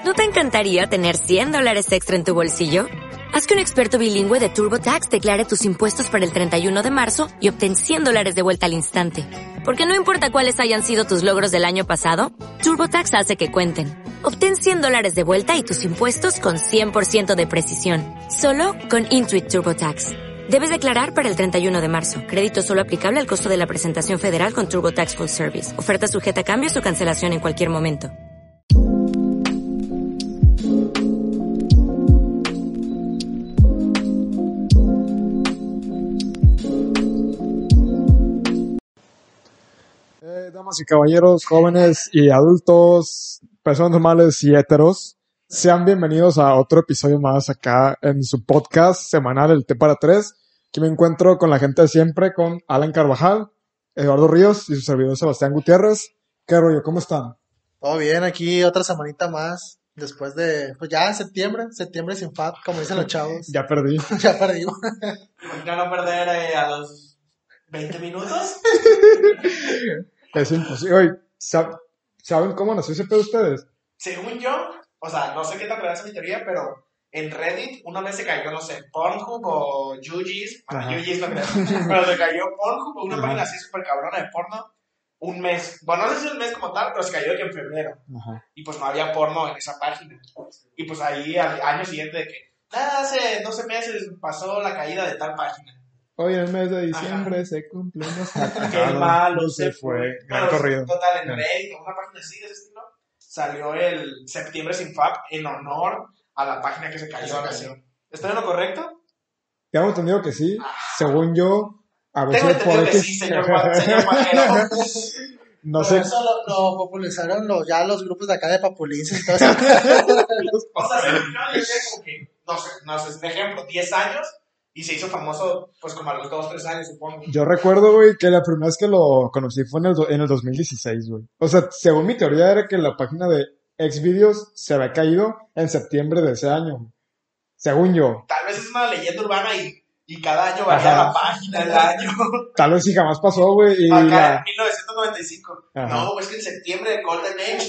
¿No te encantaría tener $100 extra en tu bolsillo? Haz que un experto bilingüe de TurboTax declare tus impuestos para el 31 de marzo y obtén $100 de vuelta al instante. Porque no importa cuáles hayan sido tus logros del año pasado, TurboTax hace que cuenten. Obtén $100 de vuelta y tus impuestos con 100% de precisión. Solo con Intuit TurboTax. Debes declarar para el 31 de marzo. Crédito solo aplicable al costo de la presentación federal con TurboTax Full Service. Oferta sujeta a cambios o cancelación en cualquier momento. Damas y caballeros, jóvenes y adultos, personas normales y heteros, sean bienvenidos a otro episodio más acá en su podcast semanal El Té para Tres. Aquí me encuentro con la gente de siempre, con Alan Carvajal, Eduardo Ríos y su servidor Sebastián Gutiérrez. ¿Qué rollo? ¿Cómo están? Todo bien, aquí otra semanita más, después de, pues ya septiembre sin FAT, como dicen los chavos. Ya perdí. Ya perdimos. ¿Ya no perder a los 20 minutos? Es imposible. Oye, ¿saben cómo nació ese pedo ustedes? Según yo, o sea, no sé qué tan real es mi teoría, pero en Reddit una vez se cayó, no sé, Pornhub o Yugis, bueno, Yugis no creo, pero se cayó Pornhub, una página así súper cabrona de porno, un mes, bueno, no sé si un mes como tal, pero se cayó de que en febrero, y pues no había porno en esa página, y pues ahí al año siguiente de que, hace 12 meses pasó la caída de tal página. Hoy en el mes de diciembre se cumple unos Qué malo se fue. Gran bueno, corrido. Total, en Reddit, una página así de ese estilo, salió el Septiembre sin FAP en honor a la página que se cayó. ¿Estoy en lo correcto? Tengo entendido que sí. Según yo, a Tengo veces por entendido que X. sí, señor Pajero. No Pero sé. eso lo popularizaron ya los grupos de acá de papulinces y todo eso. O sea, yo decía como que, no sé, un ejemplo, 10 años, y se hizo famoso, pues como a los 2, 3 años, supongo. Yo recuerdo, güey, que la primera vez que lo conocí fue en el 2016, güey. O sea, según mi teoría era que la página de Xvideos se había caído en septiembre de ese año. Según yo. Tal vez es una leyenda urbana y cada año varía la página del año. Tal vez sí jamás pasó, güey. Y acá en 1995. Ajá. No, es que en septiembre de Golden Age.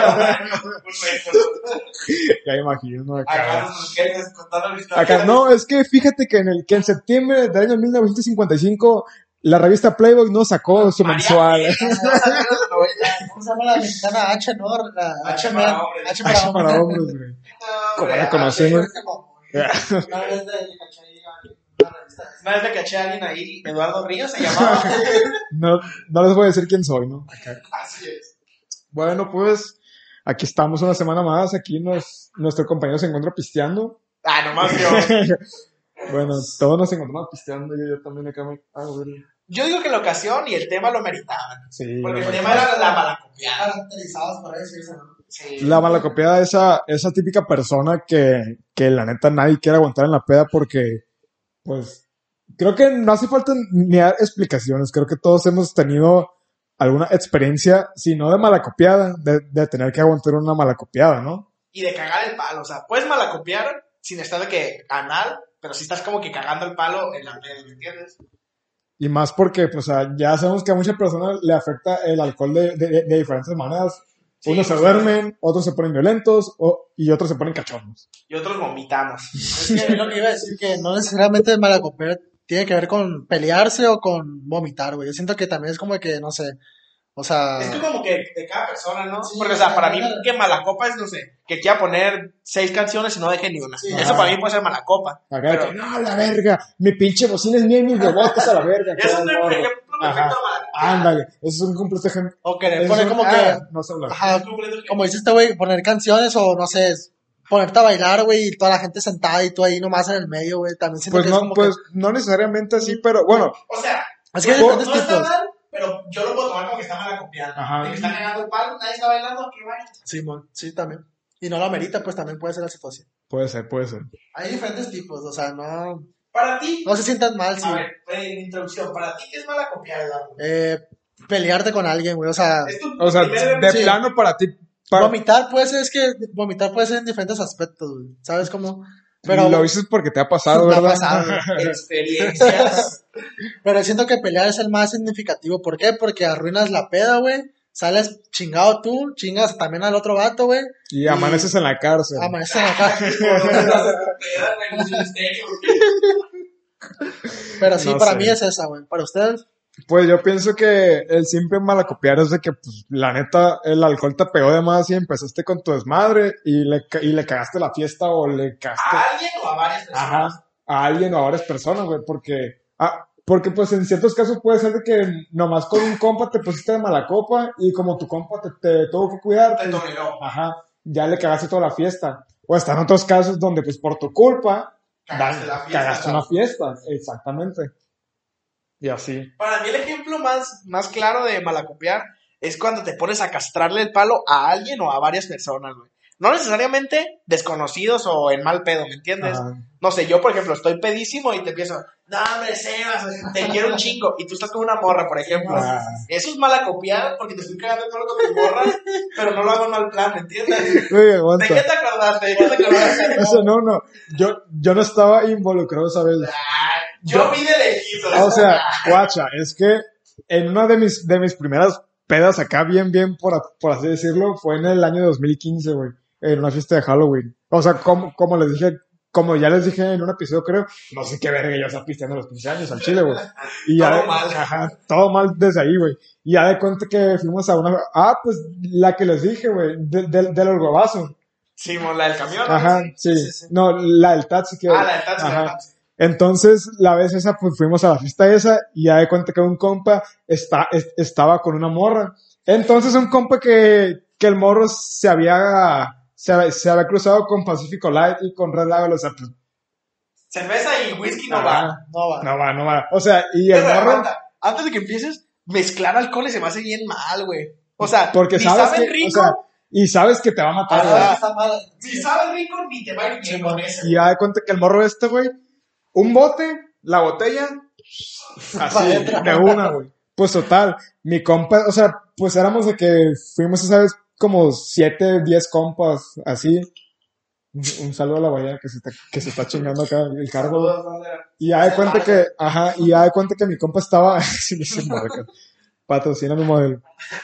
Ya imagino, Acá acá. los mujeres contando la historia. Acá, no, es que fíjate que en septiembre del año 1955 la revista Playboy no sacó su mensual. ¿Cómo se llama la mexicana H, no? La H H para hombres. H H para hombres, güey. Como la conocemos. Una vez le caché a alguien ahí, Eduardo Ríos se llamaba. No les voy a decir quién soy, ¿no? Acá. Así es. Bueno, pues aquí estamos una semana más. Aquí nuestro compañero se encuentra pisteando. Nomás yo. Bueno, todos nos encontramos pisteando. Yo también acá me... Yo digo que la ocasión y el tema lo meritaban. Sí. Porque el tema era la malacopiada. caracterizados por eso, ¿no? Sí. La malacopiada, esa típica persona que la neta nadie quiere aguantar en la peda porque, pues, creo que no hace falta ni dar explicaciones. Creo que todos hemos tenido alguna experiencia, si no de malacopiada, de tener que aguantar una malacopiada, ¿no? Y de cagar el palo. O sea, puedes malacopiar sin estar de que anal, pero si estás como que cagando el palo en la peda, ¿me entiendes? Y más porque, pues, o sea, ya sabemos que a muchas personas le afecta el alcohol de diferentes maneras. Sí, Unos se pues, duermen, otros se ponen violentos y otros se ponen cachondos. Y otros vomitamos. Es que lo que iba a decir, que no necesariamente malacopiar tiene que ver con pelearse o con vomitar, güey. Yo siento que también es como que, no sé, o sea... Es que como que de cada persona, ¿no? Sí, porque, o sea, para mí claro. que malacopa es, no sé, que quiera poner 6 canciones y no deje ni una. Sí, Eso para mí puede ser malacopa. Acá Pero de que, no, la verga, mi pinche bocina es mía y mis rebotes a la verga. eso es todo un el morro. ejemplo perfecto Ajá. de malacopa. Ándale, eso es un completo ejemplo. O querer Es poner un- como ah, que... no sé hablar. Ajá, Es un completo ejemplo. como dice este güey, poner canciones o, no sé, ponerte a bailar, güey, y toda la gente sentada y tú ahí nomás en el medio, güey. También siento Pues que es no, como pues no necesariamente así, pero bueno, O sea, Es que hay no diferentes está tipos. mal, pero yo lo puedo tomar como que está malacopiado. Ajá. De que está cagando el palo, nadie está bailando, que vaya. Sí, mon, sí, también. Y no lo amerita, pues también puede ser la situación. puede ser. Hay diferentes tipos, o sea, no Para ti, se sientan mal, sí. a ver, en introducción, para ti, ¿qué es malacopiar, Eduardo? Pelearte con alguien, güey, o sea, Es tu O sea, primer de sí. plano para ti, vomitar puede ser, es que vomitar puede ser en diferentes aspectos, güey, ¿sabes cómo? Pero lo dices porque te ha pasado, me ha ¿verdad? pasado, güey. experiencias. Pero siento que pelear es el más significativo. ¿Por qué? Porque arruinas la peda, güey. sales chingado tú, chingas también al otro vato, güey. Y amaneces en la cárcel. Amaneces en la cárcel. Pero sí, No para sé. mí es esa, güey. ¿Para ustedes? Pues yo pienso que el simple malacopiar es de que, pues, la neta, el alcohol te pegó de más y empezaste con tu desmadre y le cagaste la fiesta o le cagaste ¿A alguien o a varias personas? ajá, a alguien o a varias personas, güey, porque pues en ciertos casos puede ser de que nomás con un compa te pusiste de mala copa y como tu compa te tuvo que cuidar, Te pues, toleró. ajá, ya le cagaste toda la fiesta. O están otros casos donde pues por tu culpa Cagaste la fiesta. cagaste una fiesta, exactamente. Y así. Para mí el ejemplo más claro de malacopiar es cuando te pones a castrarle el palo a alguien o a varias personas, güey. No necesariamente desconocidos o en mal pedo, ¿me entiendes? Ajá. No sé, yo por ejemplo estoy pedísimo y te empiezo, no hombre, Sebas, te quiero un chingo. Y tú estás con una morra, por ejemplo. Ah. Eso es malacopiar porque te estoy cagando el palo con tu morra, pero no lo hago en mal plan, ¿me entiendes? Güey, ¿De aguanta. qué te acordaste? ¿De qué te acordaste? O sea, no. Yo no estaba involucrado esa vez. Yo vi de lejitos. O sea, guacha, es que en una de mis primeras pedas acá, bien, por así decirlo, fue en el año 2015, güey, en una fiesta de Halloween. O sea, como les dije, como ya les dije en un episodio, creo, no sé qué verga, yo estaba pisteando a los 15 años al chile, güey. Y ya, Todo mal. Ajá, todo mal desde ahí, güey. Y ya de cuenta que fuimos a una, pues, la que les dije, güey, del huevazo. Sí, la del camión. ¿no? Ajá, sí. No, la del taxi que. Ah, la del taxi, la del Ajá. taxi. Entonces, la vez esa, pues fuimos a la fiesta esa y ya de cuenta que un compa estaba con una morra. Entonces, un compa que el morro se había cruzado con Pacifico Light y con Red Label, o sea, pues, Cerveza y whisky no ajá, va. No va. no va. O sea, y el Pero morro, aguanta, antes de que empieces, mezclar alcoholes se me hace bien mal, güey. O sea, porque ni sabes saben que, rico, o sea, y sabes que te va a matar, güey. Ah, está mal. ni saben rico, ni te va a ir bien con eso. Y ya de cuenta que el morro güey, un bote, la botella, Pa' así, adentro. de una, güey. Pues total, mi compa, o sea, pues éramos de que fuimos esa vez como 7, 10 compas, así. Un saludo a la guayana que se está chingando acá el cargo. Y ya de cuenta que, y ya de cuenta que mi compa estaba, sí, ese marca, patrocina mi modelo.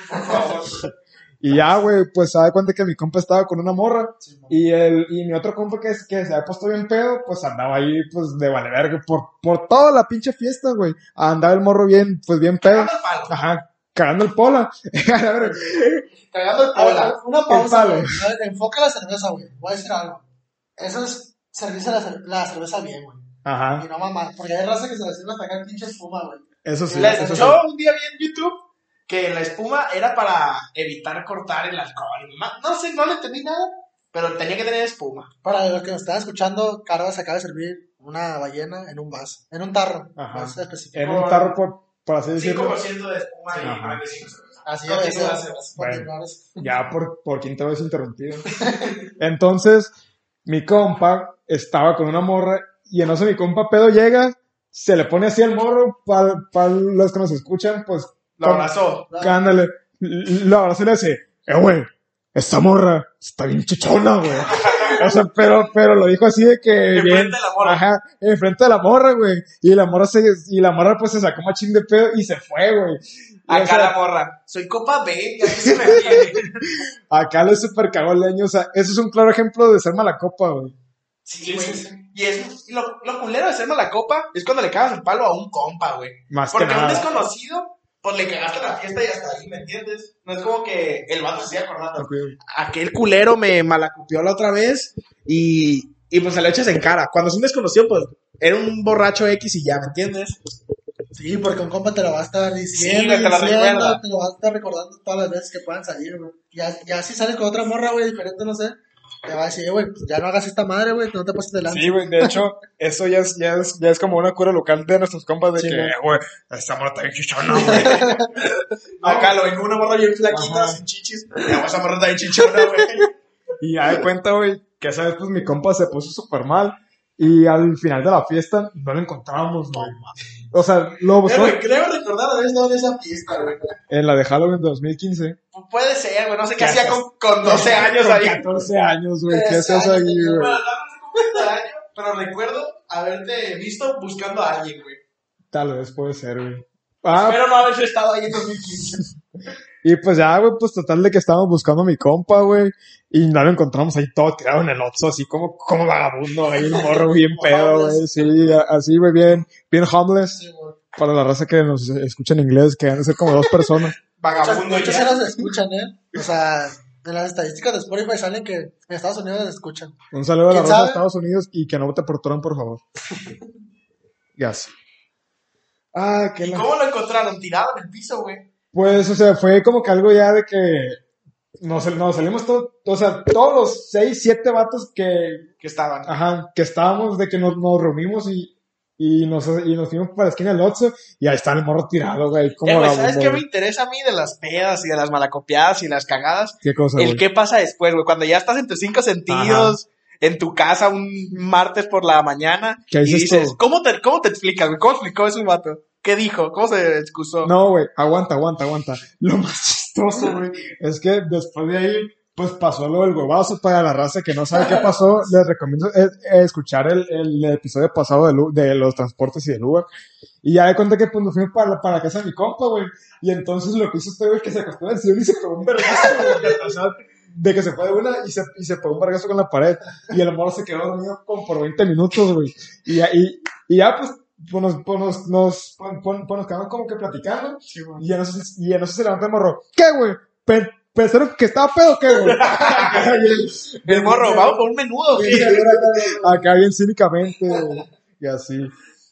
Y ya, güey, pues se da cuenta que mi compa estaba con una morra y mi otro compa que se había puesto bien pedo, pues andaba ahí, pues, de vale verga por toda la pinche fiesta, güey. Andaba el morro bien, pues, bien pedo. Cagando el palo. Ajá, cagando el pola. A ver, Cagando el A ver, pola. una pausa, palo. güey. A ver, enfoca la cerveza, güey. Voy a decir algo. Eso es servirse la cerveza bien, güey. Ajá, Y no mamá. Porque hay raza que se le sirve hasta acá pinche espuma, güey. eso sí, Les- eso sí. yo un día vi en YouTube que la espuma era para evitar cortar el alcohol. No sé, no le entendí nada, pero tenía que tener espuma. Para los que nos están escuchando, Carlos se acaba de servir una ballena en un vaso. En un tarro. Ajá. Más específico. En un tarro, por así decirlo. 5% de espuma y Ajá. 45 cerveza. Así No debe tengo ser. gracias. Continuar. Ya por quinta vez interrumpido. Entonces, mi compa estaba con una morra y en eso mi compa pedo llega, se le pone así al morro, para los que nos escuchan, pues, Lo abrazó. ándale, lo abraza y le dice, güey, esta morra está bien chichona, güey. O sea, pero lo dijo así de que Enfrente bien, de la morra. ajá, enfrente de la morra, güey. Y la morra pues se sacó machín de pedo y se fue, güey. Y, o Acá sea, la morra. Soy copa B, ya que se me viene. acá le super cagó el leño, o sea, eso es un claro ejemplo de ser mala copa, güey. Sí, güey. Y es lo culero de ser mala copa es cuando le cagas el palo a un compa, güey. Más Porque que a un nada. desconocido, pues le cagaste la fiesta y hasta ahí, ¿me entiendes? No es como que el vato se siga acordando. Ok. Aquel culero me malacopió la otra vez y pues se lo echas en cara. Cuando es un desconocido, pues era un borracho X y ya, ¿me entiendes? Sí, porque un compa te lo va a estar diciendo, Sí, güey, te lo recuerda. te lo va a estar recordando todas las veces que puedan salir, güey. Ya si sales con otra morra, güey, diferente, no sé, te va a decir, güey, pues ya no hagas esta madre, güey, no te pases delante. Sí, güey, de hecho, eso ya es como una cura local de nuestros compas de Sí, que, güey. güey, esta morra está bien chichona, güey. Acá lo vengo una morra bien flaquita, Ajá. sin chichis. Esa morra está bien chichona, güey. Y ya de cuenta, güey, que esa vez pues mi compa se puso súper mal. Y al final de la fiesta no lo encontrábamos, güey. O sea, lo buscó Güey, creo recordar haber estado en esa fiesta, güey. en la de Halloween 2015. Puede ser, güey, no sé qué ¿Qué hacía haces? con 12 años Con ahí. 14 años, güey, ¿qué 13 haces ahí, años, güey? Bueno, no sé cómo está el año, pero recuerdo haberte visto buscando a alguien, güey. Tal vez puede ser, güey. Espero no haber estado ahí en 2015. Y pues ya, güey, pues total de que estábamos buscando a mi compa, güey. Y no lo encontramos ahí todo tirado en el Oxxo, así como vagabundo, ahí el morro bien pedo, güey. Sí, así, güey, bien homeless. Sí, güey. Para la raza que nos escucha en inglés, que van a ser como 2 personas. Vagabundo Muchos se ya. los escuchan, O sea, en las estadísticas de Spotify salen que en Estados Unidos los escuchan. Un saludo a la ¿Quién raza de sabe? Estados Unidos y que no te torturan, por favor. Yes. Ah, qué ¿Y la... cómo lo encontraron? Tirado en el piso, güey. Pues, o sea, fue como que algo ya de que nos salimos todos, o sea, todos los 6, 7 vatos que estaban. Ajá, que estábamos, de que nos reunimos y nos fuimos para la esquina del Oxxo y ahí está el morro tirado, güey. Como Güey, vagabundo, ¿sabes qué me güey. interesa a mí de las pedas y de las malacopiadas y las cagadas? ¿Qué cosa, El güey? qué pasa después, güey. Cuando ya estás en tus 5 sentidos, en tu casa un martes por la mañana, ¿Qué y dices dices, tú? ¿cómo te explicas, güey? ¿Cómo explicó eso el vato? ¿Qué dijo? ¿Cómo se excusó? No, güey, aguanta. Lo más chistoso, güey, es que después de ahí, pues pasó lo del huevazo. Para la raza que no sabe qué pasó, les recomiendo escuchar el episodio pasado de los transportes y del Uber. Y ya de cuenta que pues nos fuimos para la casa de mi compa, güey. Y entonces lo que hizo este güey que se acostó en el sillón y se pegó un vergazo, güey. O sea, de que se fue de una y se pegó un vergazo con la pared. Y el morro se quedó dormido como por 20 minutos, güey. Y ya pues nos quedamos como que platicando. Sí, güey. Y en eso se levanta el morro. ¿Qué, güey? ¿Pensaron que estaba pedo o qué, güey? El morro, vamos por un menudo, güey. Acá bien cínicamente, güey. Y así.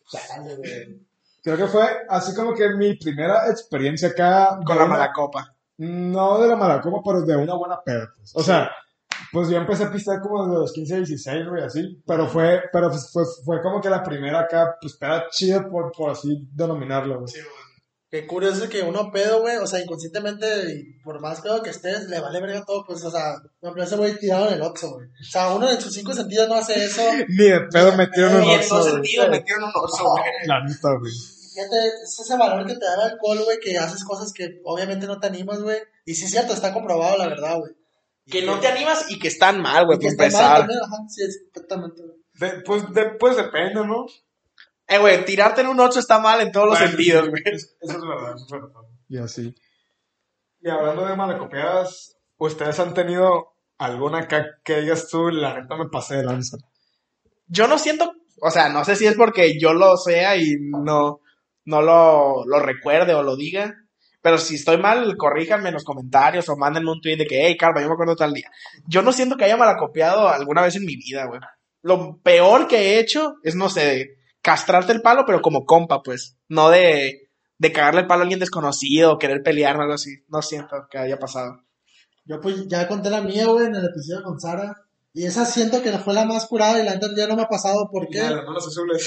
Creo que fue así como que mi primera experiencia acá. Con la mala copa. No de la mala copa, pero de una buena peda. Pues. O sea, pues yo empecé a pistear como desde los 15, 16, güey, así. Pero fue como que la primera acá, pues peda chida por así denominarlo, güey. Sí, güey. Qué curioso que uno pedo, güey, o sea, inconscientemente, y por más pedo que estés, le vale verga todo, pues, o sea, por ejemplo, ese güey tirado en el Oxxo, güey. O sea, uno en sus 5 sentidos no hace eso. Ni de pedo metieron en Y un en 2 Oxxo, güey. sentidos metieron un oso, güey. La neta, güey. Fíjate, es ese valor que te da el alcohol, güey, que haces cosas que obviamente no te animas, güey. Y sí es cierto, está comprobado, la verdad, güey. Que no te animas y que están mal, güey, Y que por está mal empezar. también, ajá, sí, exactamente, güey. Pues depende, ¿no? Güey, tirarte en un 8 está mal en todos los Bueno, sentidos, sí, güey. Eso es verdad, Y así. Y hablando de malacopiadas, ¿ustedes han tenido alguna acá que digas tú, la neta me pasé de lanza? Yo no siento, o sea, no sé si es porque yo lo sea y no lo recuerde o lo diga, pero si estoy mal, corríjanme en los comentarios o mándenme un tweet de que, hey, Carva, yo me acuerdo tal día. Yo no siento que haya malacopiado alguna vez en mi vida, güey. Lo peor que he hecho es, no sé, castrarte el palo, pero como compa, pues. No de cagarle el palo a alguien desconocido o querer pelear o algo así. No siento que haya pasado. Yo pues ya conté la mía, güey, en el episodio con Sara. Y esa siento que fue la más curada y la neta ya no me ha pasado. ¿Por qué? Las manos azules.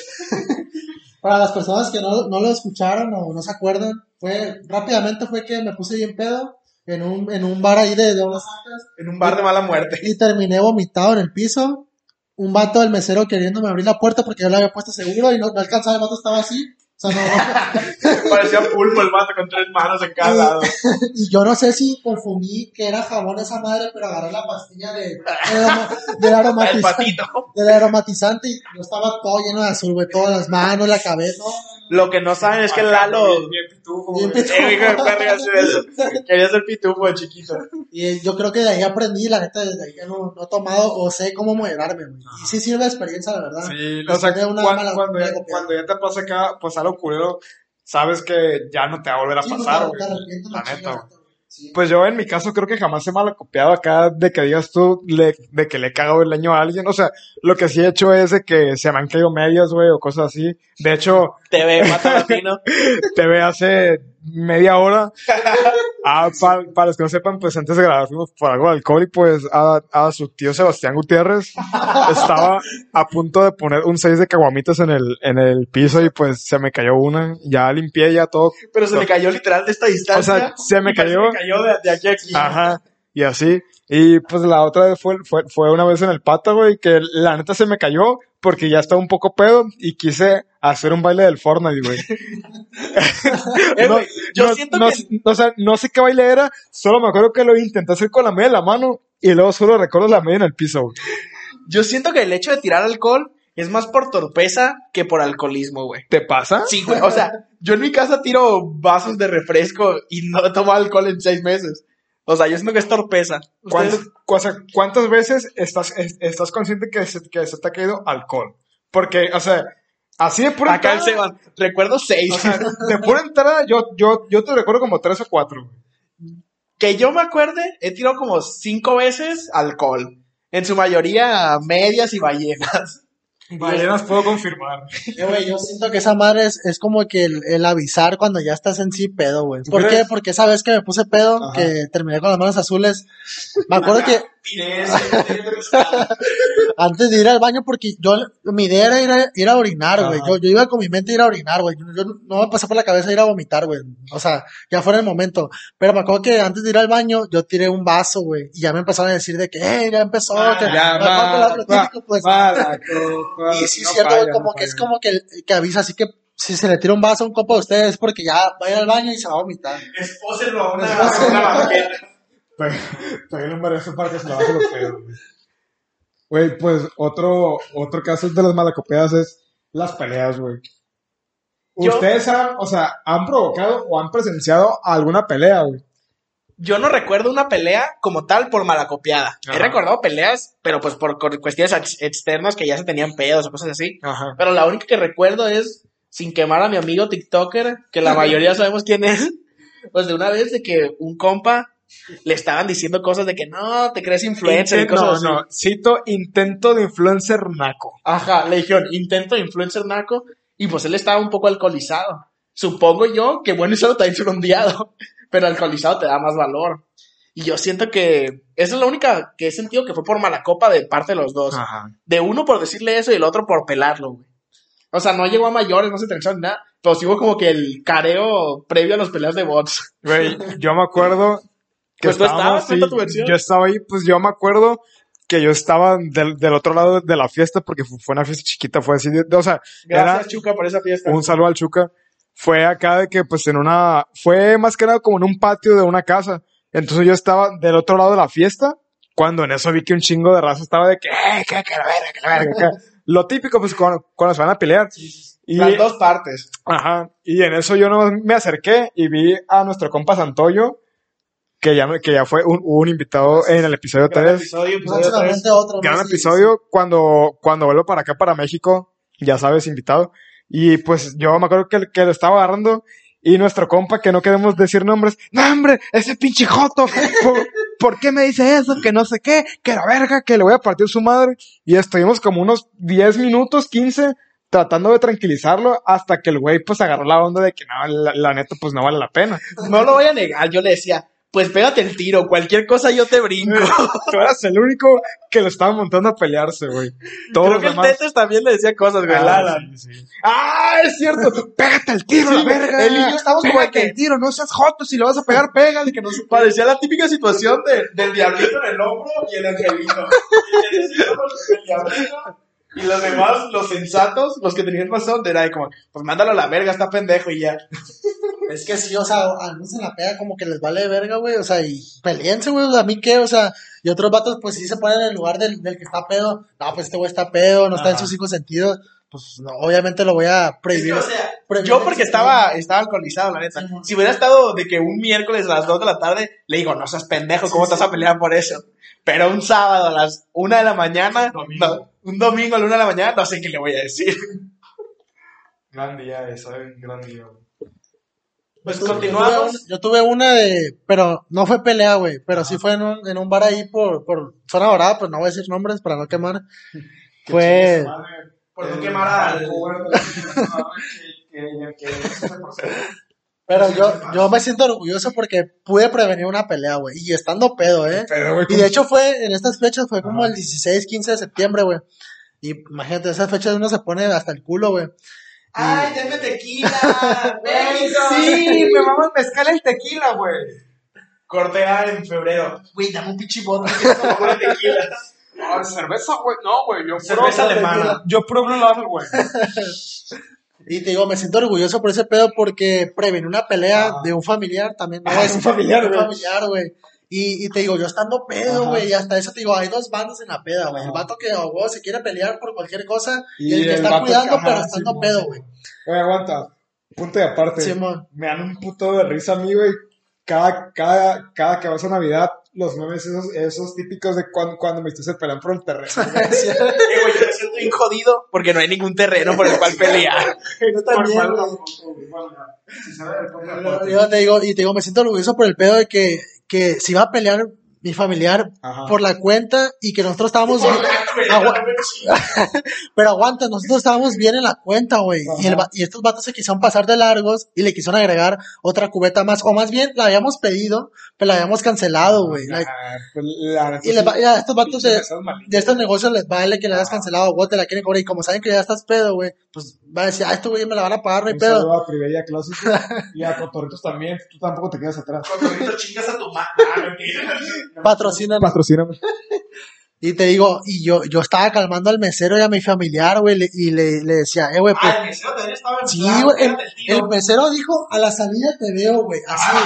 Para las personas que no lo escucharon o no se acuerdan, rápidamente fue que me puse bien pedo en un bar ahí de unas actas. En un bar de mala muerte. Y terminé vomitado en el piso. Un vato del mesero queriéndome abrir la puerta porque yo le había puesto seguro y no alcanzaba, el vato estaba así. O sea, no. Parecía pulpo el vato con 3 manos en cada lado. Y yo no sé si confundí que era jabón esa madre, pero agarré la pastilla del El aromatizante. patito. Del aromatizante y yo estaba todo lleno de azul, güey, todas las manos, la cabeza, no. Lo que no saben es que Lalo... Bien pitufo, Bien güey. pitufo. hijo de perra, hacer eso. Quería ser pitufo de chiquito. Y yo creo que de ahí aprendí, la neta, desde ahí ya no he tomado o sé cómo moderarme, güey. Y sí sirve de experiencia, la verdad. Sí, Después o sea, de una mala- cuando ya te pasa acá, pues algo culero, sabes que ya no te va a volver a Sí, pasar, pues, güey. te arrepientes La la neta, chinga, güey. güey. Sí. Pues yo en mi caso creo que jamás he malacopiado acá de que digas tú de que le he cagado el año a alguien. O sea, lo que sí he hecho es de que se me han caído medias, güey, o cosas así. De hecho, TV, mata latino. te ve hace media hora. Para los que no sepan, pues antes de grabar fuimos por algo de alcohol y pues a su tío Sebastián Gutiérrez estaba a punto de poner un 6 de caguamitas en el piso y pues se me cayó una. Ya limpié ya todo. Pero se me cayó literal de esta distancia. O sea, se me y parece cayó. que cayó de aquí a aquí. Ajá, y así. Y pues la otra vez fue una vez en el Pata, güey, que la neta se me cayó porque ya estaba un poco pedo y quise hacer un baile del Fortnite, güey. Güey, yo siento que... O sea, no sé qué baile era, solo me acuerdo que lo intenté hacer con la media de la mano y luego solo recuerdo la media en el piso, güey. Yo siento que el hecho de tirar alcohol es más por torpeza que por alcoholismo, güey. ¿Te pasa? Sí, güey. O sea, yo en mi casa tiro vasos de refresco y no tomo alcohol en 6 meses. O sea, yo siento que es torpeza. ¿Cuántas veces estás consciente que se te ha caído alcohol? Porque, o sea, así de pura Acá el entrada, Seban, recuerdo 6. o sea, de pura entrada, yo te recuerdo como 3 o 4. Que yo me acuerde, he tirado como 5 veces alcohol. En su mayoría medias y ballenas. Ballenas puedo confirmar. Güey, yo siento que esa madre es como que el avisar cuando ya estás en sí pedo, güey. ¿Por qué? ¿Crees? Porque esa vez que me puse pedo, Ajá. que terminé con las manos azules, me acuerdo que antes de ir al baño, porque mi idea era ir a orinar, güey. Ajá. Yo iba con mi mente a ir a orinar, güey. Yo no me pasé por la cabeza ir a vomitar, güey. O sea, ya fuera el momento. Pero me acuerdo que antes de ir al baño, yo tiré un vaso, güey. Y ya me empezaron a decir de que, ya empezó. Que, Ya, me acuerdo que lo típico, pues. Y sí, no cierto, falla, güey, como no que es falla. como que avisa, así que si se le tira un vaso a un copo de ustedes es porque ya va a ir al baño y se va a vomitar. Espósenlo a una banqueta. Pégale un barazo para que se la baje los pedos, güey. Güey, pues otro caso de las malacopeadas es las peleas, güey. Yo- ¿Ustedes han provocado o han presenciado alguna pelea, güey? Yo no recuerdo una pelea como tal por malacopiada. Ajá. He recordado peleas, pero pues por cuestiones externas que ya se tenían pedos o cosas así. Ajá. Pero la única que recuerdo es, sin quemar a mi amigo TikToker, que la mayoría sabemos quién es, pues de una vez de que un compa le estaban diciendo cosas de que no, te crees influencer y cosas así. Cito intento de influencer naco. Ajá, le dijeron, intento de influencer naco, y pues él estaba un poco alcoholizado. Supongo yo que bueno y solo también ondeado, pero alcoholizado te da más valor. Y yo siento que esa es la única que he sentido que fue por mala copa de parte de los dos. Ajá. De uno por decirle eso y el otro por pelarlo, güey. O sea, no llegó a mayores, no se trenzaron ni nada, pero sí hubo como que el careo previo a los peleas de bots. Güey, yo me acuerdo que Pues tú estabas, cuenta tu versión. yo estaba ahí, pues yo me acuerdo que yo estaba del otro lado de la fiesta porque fue una fiesta chiquita, fue así, o sea, Gracias, era Chuca, por esa fiesta. un saludo al Chuca. Fue acá de que pues fue más que nada como en un patio de una casa. Entonces yo estaba del otro lado de la fiesta, cuando en eso vi que un chingo de raza estaba de que la verga, que lo típico pues cuando se van a pelear. Y, Las dos partes. ajá, y en eso yo no me acerqué y vi a nuestro compa Santoyo, que ya fue un invitado en el episodio Gran 3. episodio 3. Próximamente otro. Gran ¿no? Sí, episodio, cuando vuelvo para acá, para México, ya sabes, invitado. Y pues yo me acuerdo que lo estaba agarrando y nuestro compa, que no queremos decir nombres, ¡no, hombre! ¡Ese pinche joto! ¿Por qué me dice eso? Que no sé qué, que la verga, que le voy a partir su madre. Y estuvimos como unos 10 minutos, 15, tratando de tranquilizarlo hasta que el güey pues agarró la onda de que no, la neta pues no vale la pena. No lo voy a negar, yo le decía, pues pégate el tiro, cualquier cosa yo te brinco. Tú eras el único que lo estaba montando a pelearse, güey. Todos Creo los que el demás... Tetes también le decía cosas, güey. Lala. sí. ¡Ah, es cierto! ¡Pégate el tiro, la verga! Él y yo estamos como de ¡Pégate que el tiro! ¡No seas joto! Si le vas a pegar, pégale, que no se... parecía la típica situación del diablito en el hombro y el angelito. Y le decíamos el diablito. Y los demás, los sensatos, los que tenían razón, era de como, pues mándalo a la verga, está pendejo y ya. Es que sí, o sea, a algunos en la pega como que les vale verga, güey, o sea, y peleense, güey, o sea, a mí qué, o sea, y otros vatos pues sí se ponen en el lugar del que está pedo, no, pues este güey está pedo, no está en sus 5 sentidos, pues no, obviamente lo voy a prohibir. O sea, prohibir yo porque existir. estaba alcoholizado, la neta. Sí, Si hubiera estado de que un miércoles a las 2 de la tarde, le digo, no seas pendejo, ¿cómo te vas a pelear por eso? Pero un sábado a las 1 de la mañana, un domingo a la 1 de la mañana, no sé qué le voy a decir. Gran día esa, gran día. Pues Yo tuve continuamos. Yo tuve una pero no fue pelea, güey, pero sí fue en un bar ahí por zona dorada, pues no voy a decir nombres para no quemar. Fue, Por no quemar al... pero yo me siento orgulloso porque pude prevenir una pelea, güey, y estando pedo, Pero, güey, Y de hecho fue, en estas fechas fue como el 16, 15 de septiembre, güey. Y imagínate, esas fechas uno se pone hasta el culo, güey. ¡Ay, denme tequila! ¡Ven, me vamos a mezclar el tequila, güey. Corte A en febrero. Güey, dame un pinche bote que es como de tequila. No, cerveza, güey. No, güey. Cerveza alemana. Yo pruebo el lado, güey. Y te digo, me siento orgulloso por ese pedo porque prevení una pelea de un familiar también. No, es un familiar, un güey. familiar, güey. Y te digo, yo estando pedo, Ajá. güey, y hasta eso te digo, hay dos bandos en la peda, güey. El Ajá. vato que güey, se quiere pelear por cualquier cosa y Y el que el está vato cuidando, que- ajá, pero sí, estando mo. pedo, güey. Güey, aguanta. punto de aparte. Simón. Me dan un puto de risa a mí, güey. Cada que vas a Navidad, los memes esos típicos de cuando mis tíos se pelean por el terreno. Güey, yo me siento bien jodido porque no hay ningún terreno por el cual pelear. Yo también, Por güey. falta, güey. Bueno, ya. Si sabe del punto de aparte. Yo te digo, me siento orgulloso por el pedo de que se iba a pelear mi familiar Ajá. por la cuenta y que nosotros estábamos bien. Pero aguanta, nosotros estábamos bien en la cuenta, güey. Y estos vatos se quisieron pasar de largos y le quisieron agregar otra cubeta más. O más bien, la habíamos pedido, pero la habíamos cancelado, güey. Pues, la neta Y les sí, va, a estos vatos de esas malitas. estos negocios les vale que le hayas cancelado, güey, te la quieren cobrar. Y como saben que ya estás pedo, güey, pues va a decir, esto güey me la van a pagar, no hay Un pedo. saludo a Priveria Clásico y a Cotorritos también. Tú tampoco te quedas atrás. Cuando chingas a tu madre. Patrocinan. Patrocíname. Y te digo, y yo estaba calmando al mesero y a mi familiar, güey, y le decía, güey, pues. Ah, el mesero también estaba en Sí, plan, güey, espérate, el tío. el mesero dijo, a la salida te veo, güey, así.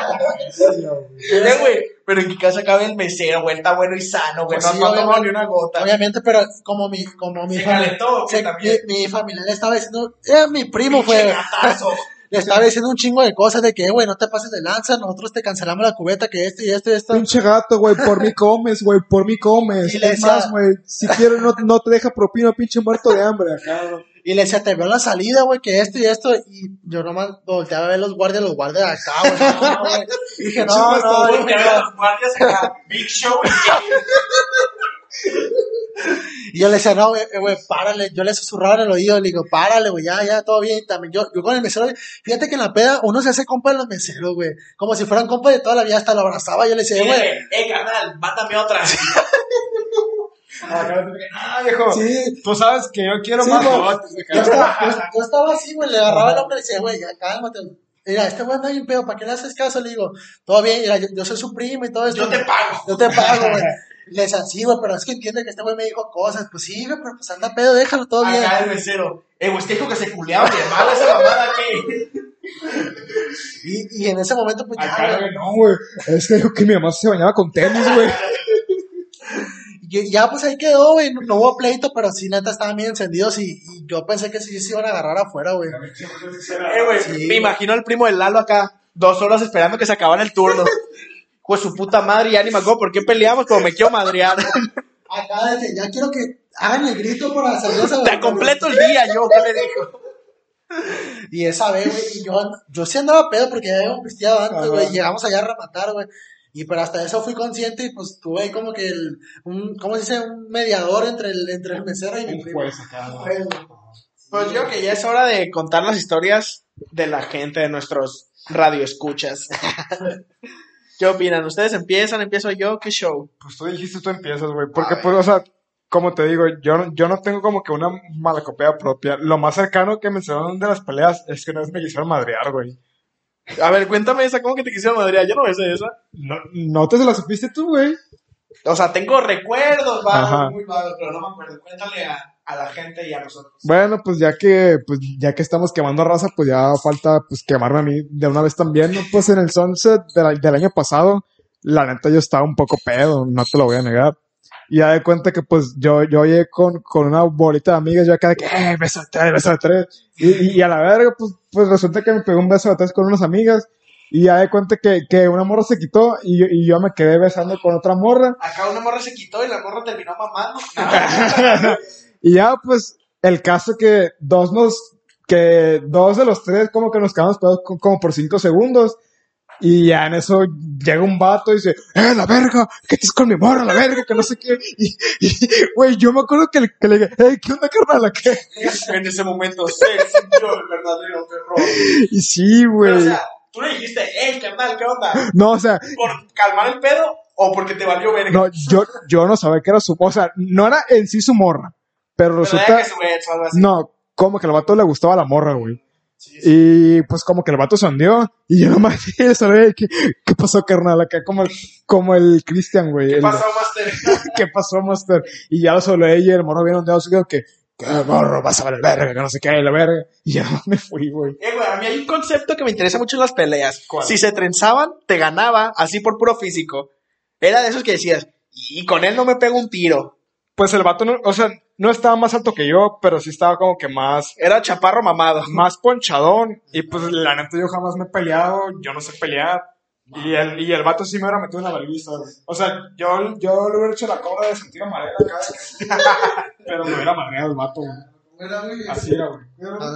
Güey, pero en mi casa cabe el mesero, güey, está bueno y sano, güey, Pues no sí, ha tomado obviamente. ni una gota. Obviamente, pero como mi Se familia, calentó, güey, también. mi familiar le estaba diciendo, mi primo Pinche fue, gatazo. le estaba diciendo un chingo de cosas de que, güey, no te pases de lanza, nosotros te cancelamos la cubeta, que esto y esto y esto. Pinche gato, güey, por mí comes, güey, por mí comes. Y le Es decía- más, güey, si quieres no te deja propina, pinche muerto de hambre acá, ¿no? Y le decía, te veo en la salida, güey, que esto y esto. Y yo nomás volteaba a ver los guardias de acá, güey. No, güey. Y dije, no, Güey, no, que eran los guardias acá, Big Show, Y yo le decía, no, güey, párale. Yo le susurraba en el oído, le digo, párale, güey, ya, todo bien. Y también yo con el mesero, fíjate que en la peda uno se hace compa de los meseros, güey. Como si fueran compa de toda la vida, hasta lo abrazaba. Yo le decía, güey. carnal, mátame otra. viejo. Sí. Tú sabes que yo quiero Sí, más güey. botes, Yo estaba así, güey, le agarraba el hombre y le decía, güey, ya cálmate. Mira, este güey anda bien pedo, ¿para qué le haces caso? Le digo, todo bien, mira, yo soy su primo y todo esto. Yo te pago. Yo te pago, güey. Y le decía, sí, güey, pero es que entiende que este güey me dijo cosas. Pues sí, güey, pero pues anda pedo, déjalo, todo bien. Acá el mesero. Güey, usted dijo que se culeaba mi hermano, esa mamada que. Y en ese momento, pues ya, Acá, güey. güey, no, güey. Es que dijo que mi mamá se bañaba con tenis, güey. Y ya, pues ahí quedó, güey. No hubo pleito, pero sí, neta, estaban bien encendidos. Y yo pensé que sí se iban a agarrar afuera, güey. Güey, Sí. me imagino al primo del Lalo acá, 2 horas esperando que se acabara el turno. Pues su puta madre, ya ni me acuerdo por qué peleamos, pero me quiero madrear. Acá, desde, ya quiero que hagan el grito para salir esa Te completo el día, yo, ¿qué le dijo? Y esa vez, güey, y yo sí andaba pedo porque ya habíamos pisteado antes, güey. Llegamos allá a rematar, güey. Y pero hasta eso fui consciente y pues tuve ahí como que ¿cómo se dice? Un mediador entre el mesero y mi Un primo. juez acá, Un güey. juez, güey. Pues yo creo que ya es hora de contar las historias de la gente, de nuestros radioescuchas. ¿Qué opinan? ¿Ustedes empiezan? ¿Empiezo yo? ¿Qué show? Pues tú dijiste, tú empiezas, güey. Porque, pues, o sea, como te digo, yo no tengo como que una malacopea propia. Lo más cercano que mencionaron de las peleas es que una vez me quisieron madrear, güey. A ver, cuéntame esa, ¿cómo que te quisieron madrear? Yo no me sé esa. No te se la supiste tú, güey. O sea, tengo recuerdos Ajá. vagos, muy vagos, pero no me acuerdo. Cuéntale a la gente y a nosotros. Bueno, pues ya que estamos quemando raza, pues ya falta pues quemarme a mí de una vez también, ¿no? Pues en el Sunset del año pasado, la neta yo estaba un poco pedo, no te lo voy a negar. Y ya de cuenta que pues yo llegué con una bolita de amigas, yo acá de que, beso de tres. Y a la verga, pues resulta que me pegó un beso de tres con unas amigas. Y ya de cuenta que una morra se quitó y yo me quedé besando con otra morra. Acá una morra se quitó y la morra terminó mamando. Y ya, pues, el caso que dos de los tres como que nos quedamos pegados como por 5 segundos. Y ya en eso llega un vato y dice, la verga, que estás con mi morra, la verga, que no sé qué. Y güey, yo me acuerdo que le dije, ¿qué onda, carnal? ¿Qué? En ese momento se sintió el verdadero terror. Y sí, Pero, güey. o sea, tú le dijiste, carnal, ¿qué onda? No, o sea, ¿Por calmar el pedo o porque te valió verga? no, yo no sabía que era o sea, no era en sí su morra. Pero Pero resulta, que su beso o algo así. no, como que al vato le gustaba la morra, güey. Sí, sí. Y pues como que el vato se hundió. Y yo nomás dije, ¿sabes qué pasó, carnal? Acá como el Christian, güey. ¿Qué pasó, Master? ¿Qué pasó, Master? Y ya lo solo ella y el morro bien ondeado, así como que morro, vas a ver el verga, que no sé qué, la verga. Y ya me fui, güey. Güey, a mí hay un concepto que me interesa mucho en las peleas. ¿Cuál? Si se trenzaban, te ganaba, así por puro físico. Era de esos que decías, y con él no me pego un tiro. Pues el vato no, o sea, no estaba más alto que yo, pero sí estaba como que más... Era chaparro mamado. Más ponchadón. Y pues la neta yo jamás me he peleado, yo no sé pelear. Y el vato sí me hubiera metido en la baliza, güey. O sea, yo le hubiera hecho la cobra de sentido amarela acá. Pero me hubiera madreado el vato, güey. Así era, güey.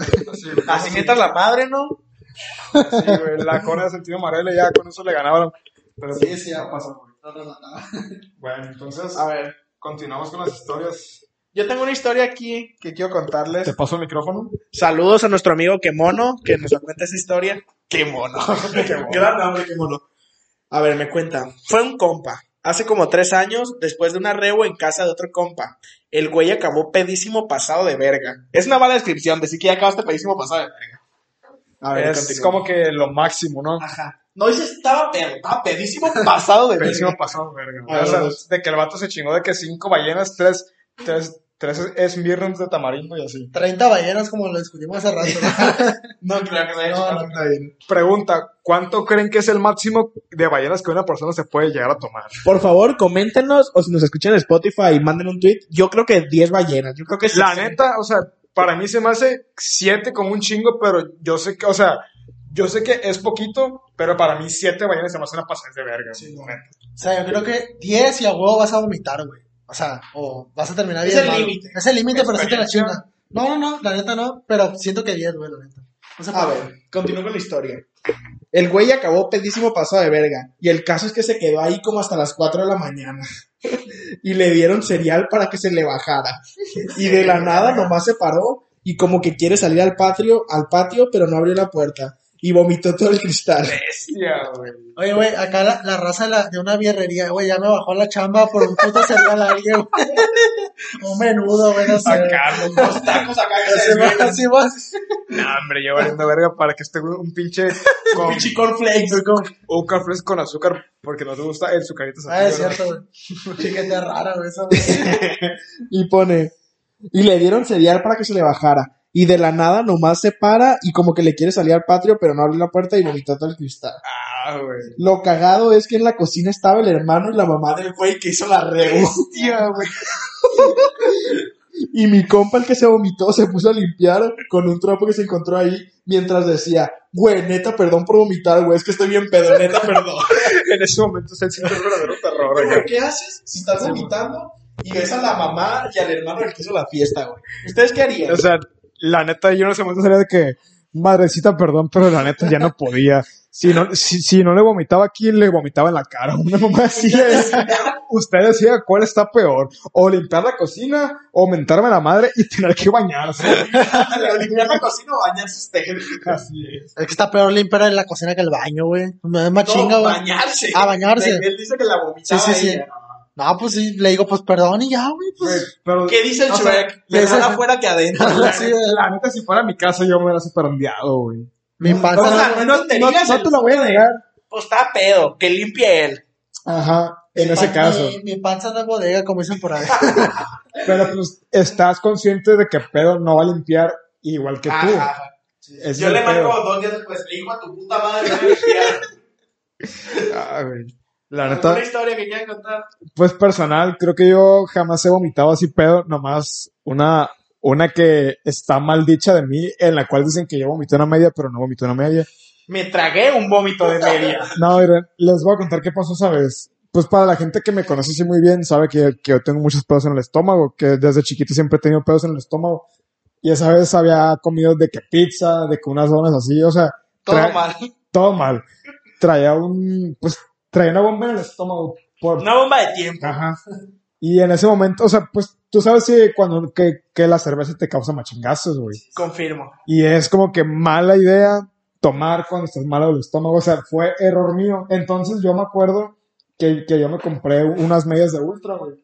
Así mientras la madre, ¿no? Sí, güey, la cobra de sentido amarela y ya con eso le ganaban. Pero Sí, no pasó, güey. no remataba. Bueno, entonces, A ver, continuamos con las historias. yo tengo una historia aquí que quiero contarles. ¿Te paso el micrófono? Saludos a nuestro amigo Kemono, que nos cuenta esa historia. Kemono. Gran nombre, Kemono. A ver, me cuenta. Fue un compa. Hace como 3 años, después de una rebo en casa de otro compa. El güey acabó pedísimo pasado de verga. Es una mala descripción, decir que ya acabaste pedísimo pasado de verga. A ver, Es continúa. como que lo máximo, ¿no? Ajá. No dice estaba pedo, estaba pedísimo pasado de Pedísimo verga. pasado, verga. A ver, O sea, vamos. de que el vato se chingó de que 5 ballenas, 3 esmirrons de tamarindo y así. 30 ballenas como lo discutimos hace rato. No, claro que No, Pregunta, ¿cuánto creen que es el máximo de ballenas que una persona se puede llegar a tomar? Por favor, coméntenos, o si nos escuchan en Spotify, manden un tweet. Yo creo que 10 ballenas. Yo creo que La 60. neta, o sea, para mí se me hace 7 como un chingo, pero yo sé que, o sea, yo sé que es poquito, pero para mí 7 ballenas se me hace una pasada de verga. Sí, güey, no. neta. O sea, yo creo que 10 y a huevo vas a vomitar, güey. O sea, o vas a terminar Es bien el mal. límite. Es el límite, pero sí te la Experiencia. chinga. No, la neta no, pero siento que 10, güey, la neta. No sé A por qué. ver, continúo con la historia. El güey acabó pedísimo pasado de verga. Y el caso es que se quedó ahí como hasta las 4 de la mañana. Y le dieron cereal para que se le bajara. Y de la nada nomás se paró y como que quiere salir al patio, pero no abrió la puerta. Y vomitó todo el cristal. Bestia, güey. Oye, güey, acá la raza de una bierrería, güey, ya me bajó la chamba por un puto cereal a alguien, güey. Un menudo, güey, no sé. Acá, Los tacos acá que Así se va, así va. no, hombre, yo valiendo verga para que esté un pinche con Pinche cornflakes. un café con azúcar porque no te gusta el sucarito. Ah, es cierto, güey. Chiquete rara, güey, eso, güey. Y pone, y le dieron cereal para que se le bajara. Y de la nada nomás se para y como que le quiere salir al patio, pero no abre la puerta y vomitó todo el cristal. Ah, güey. Lo cagado es que en la cocina estaba el hermano y la mamá del güey que hizo la rebo. Bestia, güey. Y mi compa, el que se vomitó, se puso a limpiar con un trapo que se encontró ahí mientras decía, güey, neta, perdón por vomitar, güey, es que estoy bien pedo, neta, perdón. En ese momento se siente el verdadero terror, Pero, güey. ¿qué haces si estás vomitando y ves a la mamá y al hermano del que hizo la fiesta, güey? ¿Ustedes qué harían? O sea, la neta, yo en ese momento salía de que, madrecita, perdón, pero la neta ya no podía. Si no le vomitaba aquí, le vomitaba en la cara. Una mamá así usted decía cuál está peor, o limpiar la cocina, o mentarme a la madre y tener que bañarse. Limpiar la cocina o bañarse usted. Así es. Es que está peor limpiar en la cocina que el baño, güey. Me da más chinga, No, güey. bañarse. Ah, bañarse. Él dice que la vomitaba Sí, sí, sí. ella. No, pues sí, le digo, pues perdón y ya, güey, pues. Pero, ¿Qué dice el o sea, Shrek? Mejor afuera que adentro. Sí, la neta, si fuera mi casa, yo me hubiera superondeado, güey. mi panza O sea, no- no te digas no te lo voy a negar. Pues está pedo, que limpie él. Ajá, en mi ese pan- caso. Mi panza no es bodega, como dicen por ahí. Pero pues estás consciente de que pedo no va a limpiar igual que tú. Ajá. Ese es Yo el le pedo. marco 2 días después, le digo a tu puta madre no limpiar. Ah, güey. La ¿Alguna neta, historia que quieran contar? pues personal, creo que yo jamás he vomitado así pedo, nomás una que está mal dicha de mí, en la cual dicen que yo vomité una media, pero no vomité una media. Me tragué un vómito de media. No, miren, les voy a contar qué pasó esa vez. Pues para la gente que me conoce así muy bien, sabe que yo tengo muchos pedos en el estómago, que desde chiquito siempre he tenido pedos en el estómago. Y esa vez había comido de que pizza, de que unas donas así, o sea, Todo tra- mal. todo mal. Traía una bomba en el estómago. Una bomba de tiempo. Ajá. Y en ese momento, o sea, pues tú sabes que la cerveza te causa machingazos, güey. Confirmo. Y es como que mala idea tomar cuando estás malo del estómago. O sea, fue error mío. Entonces yo me acuerdo que yo me compré unas medias de Ultra, güey.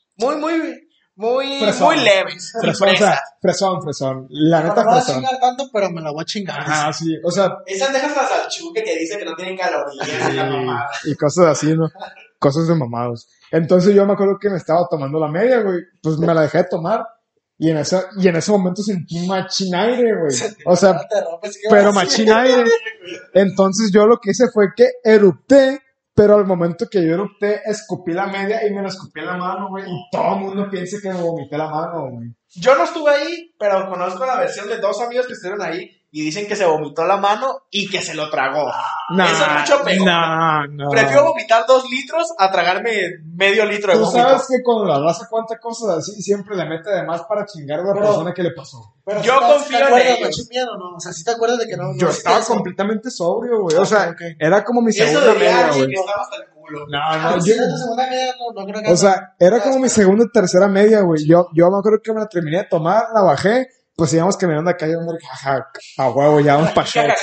Muy Fresón. leves. Fresón, o sea, fresón. La No neta, me voy a fresón. chingar tanto, pero me la voy a chingar. Ajá, sí. O sea, Esas dejas las salchuque que dice que no tienen calorías. La mamada. y cosas así, ¿no? Cosas de mamados. Entonces yo me acuerdo que me estaba tomando la media, güey. Pues me la dejé de tomar. Y en ese momento sentí machín aire, güey. O sea, No te rompes, ¿qué pero vas a hacer? machín aire. Entonces yo lo que hice fue que erupté, pero al momento que yo erupté, escupí la media y me la escupí en la mano, güey. Y todo el mundo piensa que me vomité la mano, güey. Yo no estuve ahí, pero conozco la versión de 2 amigos que estuvieron ahí y dicen que se vomitó la mano y que se lo tragó. Eso es mucho peor. No. Prefiero vomitar 2 litros a tragarme medio litro de Tú vómito. sabes que cuando la raza cuenta cosas así, siempre le mete de más para chingar a la persona que le pasó. Pero Yo ¿sí confío te en acuerdas, ellos. machín, bien o no? O sea, ¿sí te acuerdas de que no? Yo no estaba hiciste eso? completamente sobrio, güey. O sea, Ok. era como mi Eso segunda de media, alguien güey. que estaba hasta el culo. No, Si era tu segunda media, no creo que... o sea, era como mi segunda y tercera media, güey. Yo me acuerdo que me la terminé de tomar, la bajé, pues íbamos caminando acá y yo me jaja, a huevo, ya vamos pa' shots.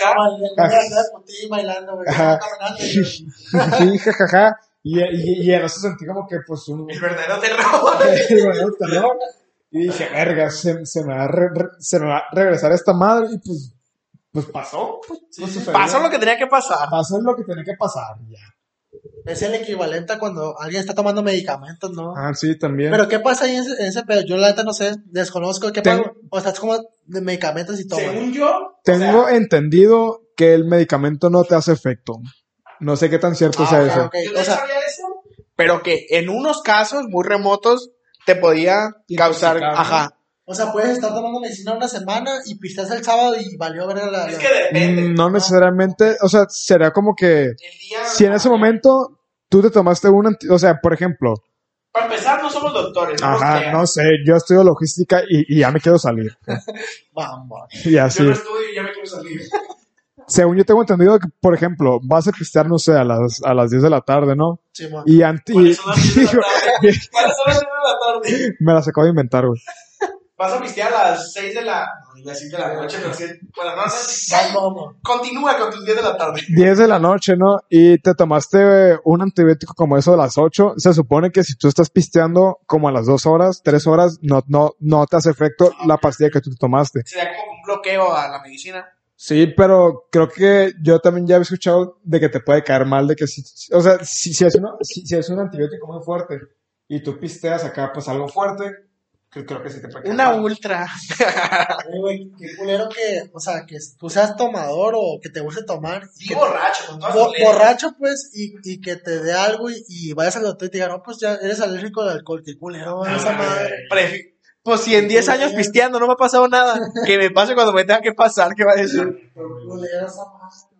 bailando, güey. Ajá. Caminando, Sí, jajaja. Y en eso sentí como que, pues, un... El verdadero terror. terror. Y dije, verga, se me va a regresar esta madre. Y pues pasó. Pues, sucedió. Pasó lo que tenía que pasar. Pasó lo que tenía que pasar, ya. Es el equivalente a cuando alguien está tomando medicamentos, ¿no? Ah, sí, también. Pero ¿qué pasa ahí en ese pedo? Yo la neta no sé, desconozco qué Tengo- pasa. O estás como de medicamentos y todo. Según yo, Tengo entendido que el medicamento no te hace efecto. No sé qué tan cierto sea eso. ok. yo no O sea, sabía eso, pero que en unos casos muy remotos te podía causar, Intoxicar, ¿no? ajá. o sea, puedes estar tomando medicina una semana y pisteas el sábado y valió ver la... Es que depende. No necesariamente, o sea, será como que El día, si en ese momento tú te tomaste o sea, por ejemplo, para empezar, no somos doctores, no nos ajá, crean. no sé, yo estudio logística y ya me quiero salir. Vamos. Y así. Yo no estudio y ya me quiero salir. Según yo tengo entendido que, por ejemplo, vas a pistear, no sé, a las 10 de la tarde, ¿no? Sí, man. Y ¿Cuáles son las 10 de la tarde? ¿Cuáles son las 10 de la tarde? me las acabo de inventar, güey. Vas a pistear a las 6 de la... No, iba a decir de la noche, pero sí. Bueno, no sé. Vamos. Continúa con tus 10 de la tarde. 10 de la noche, ¿no? Y te tomaste un antibiótico como eso a las 8. Se supone que si tú estás pisteando como a las 2 horas, 3 horas, no te hace efecto la pastilla que tú te tomaste. Sería como un bloqueo a la medicina. Sí, pero creo que yo también ya había escuchado de que te puede caer mal, de que o sea, si es un antibiótico muy fuerte y tú pisteas acá, pues algo fuerte, creo que sí te puede caer Una mal. ultra. Ay, güey, qué culero que, o sea, que tú seas tomador o que te guste tomar. Y Sí, que- borracho, con todas sus letras. borracho, pues, y que te dé algo y vayas al doctor y te digan, no, pues ya eres alérgico al alcohol, qué culero, esa madre. Pues si en 10 años pisteando no me ha pasado nada, que me pase cuando me tenga que pasar, ¿qué va a decir? Qué culero esa madre.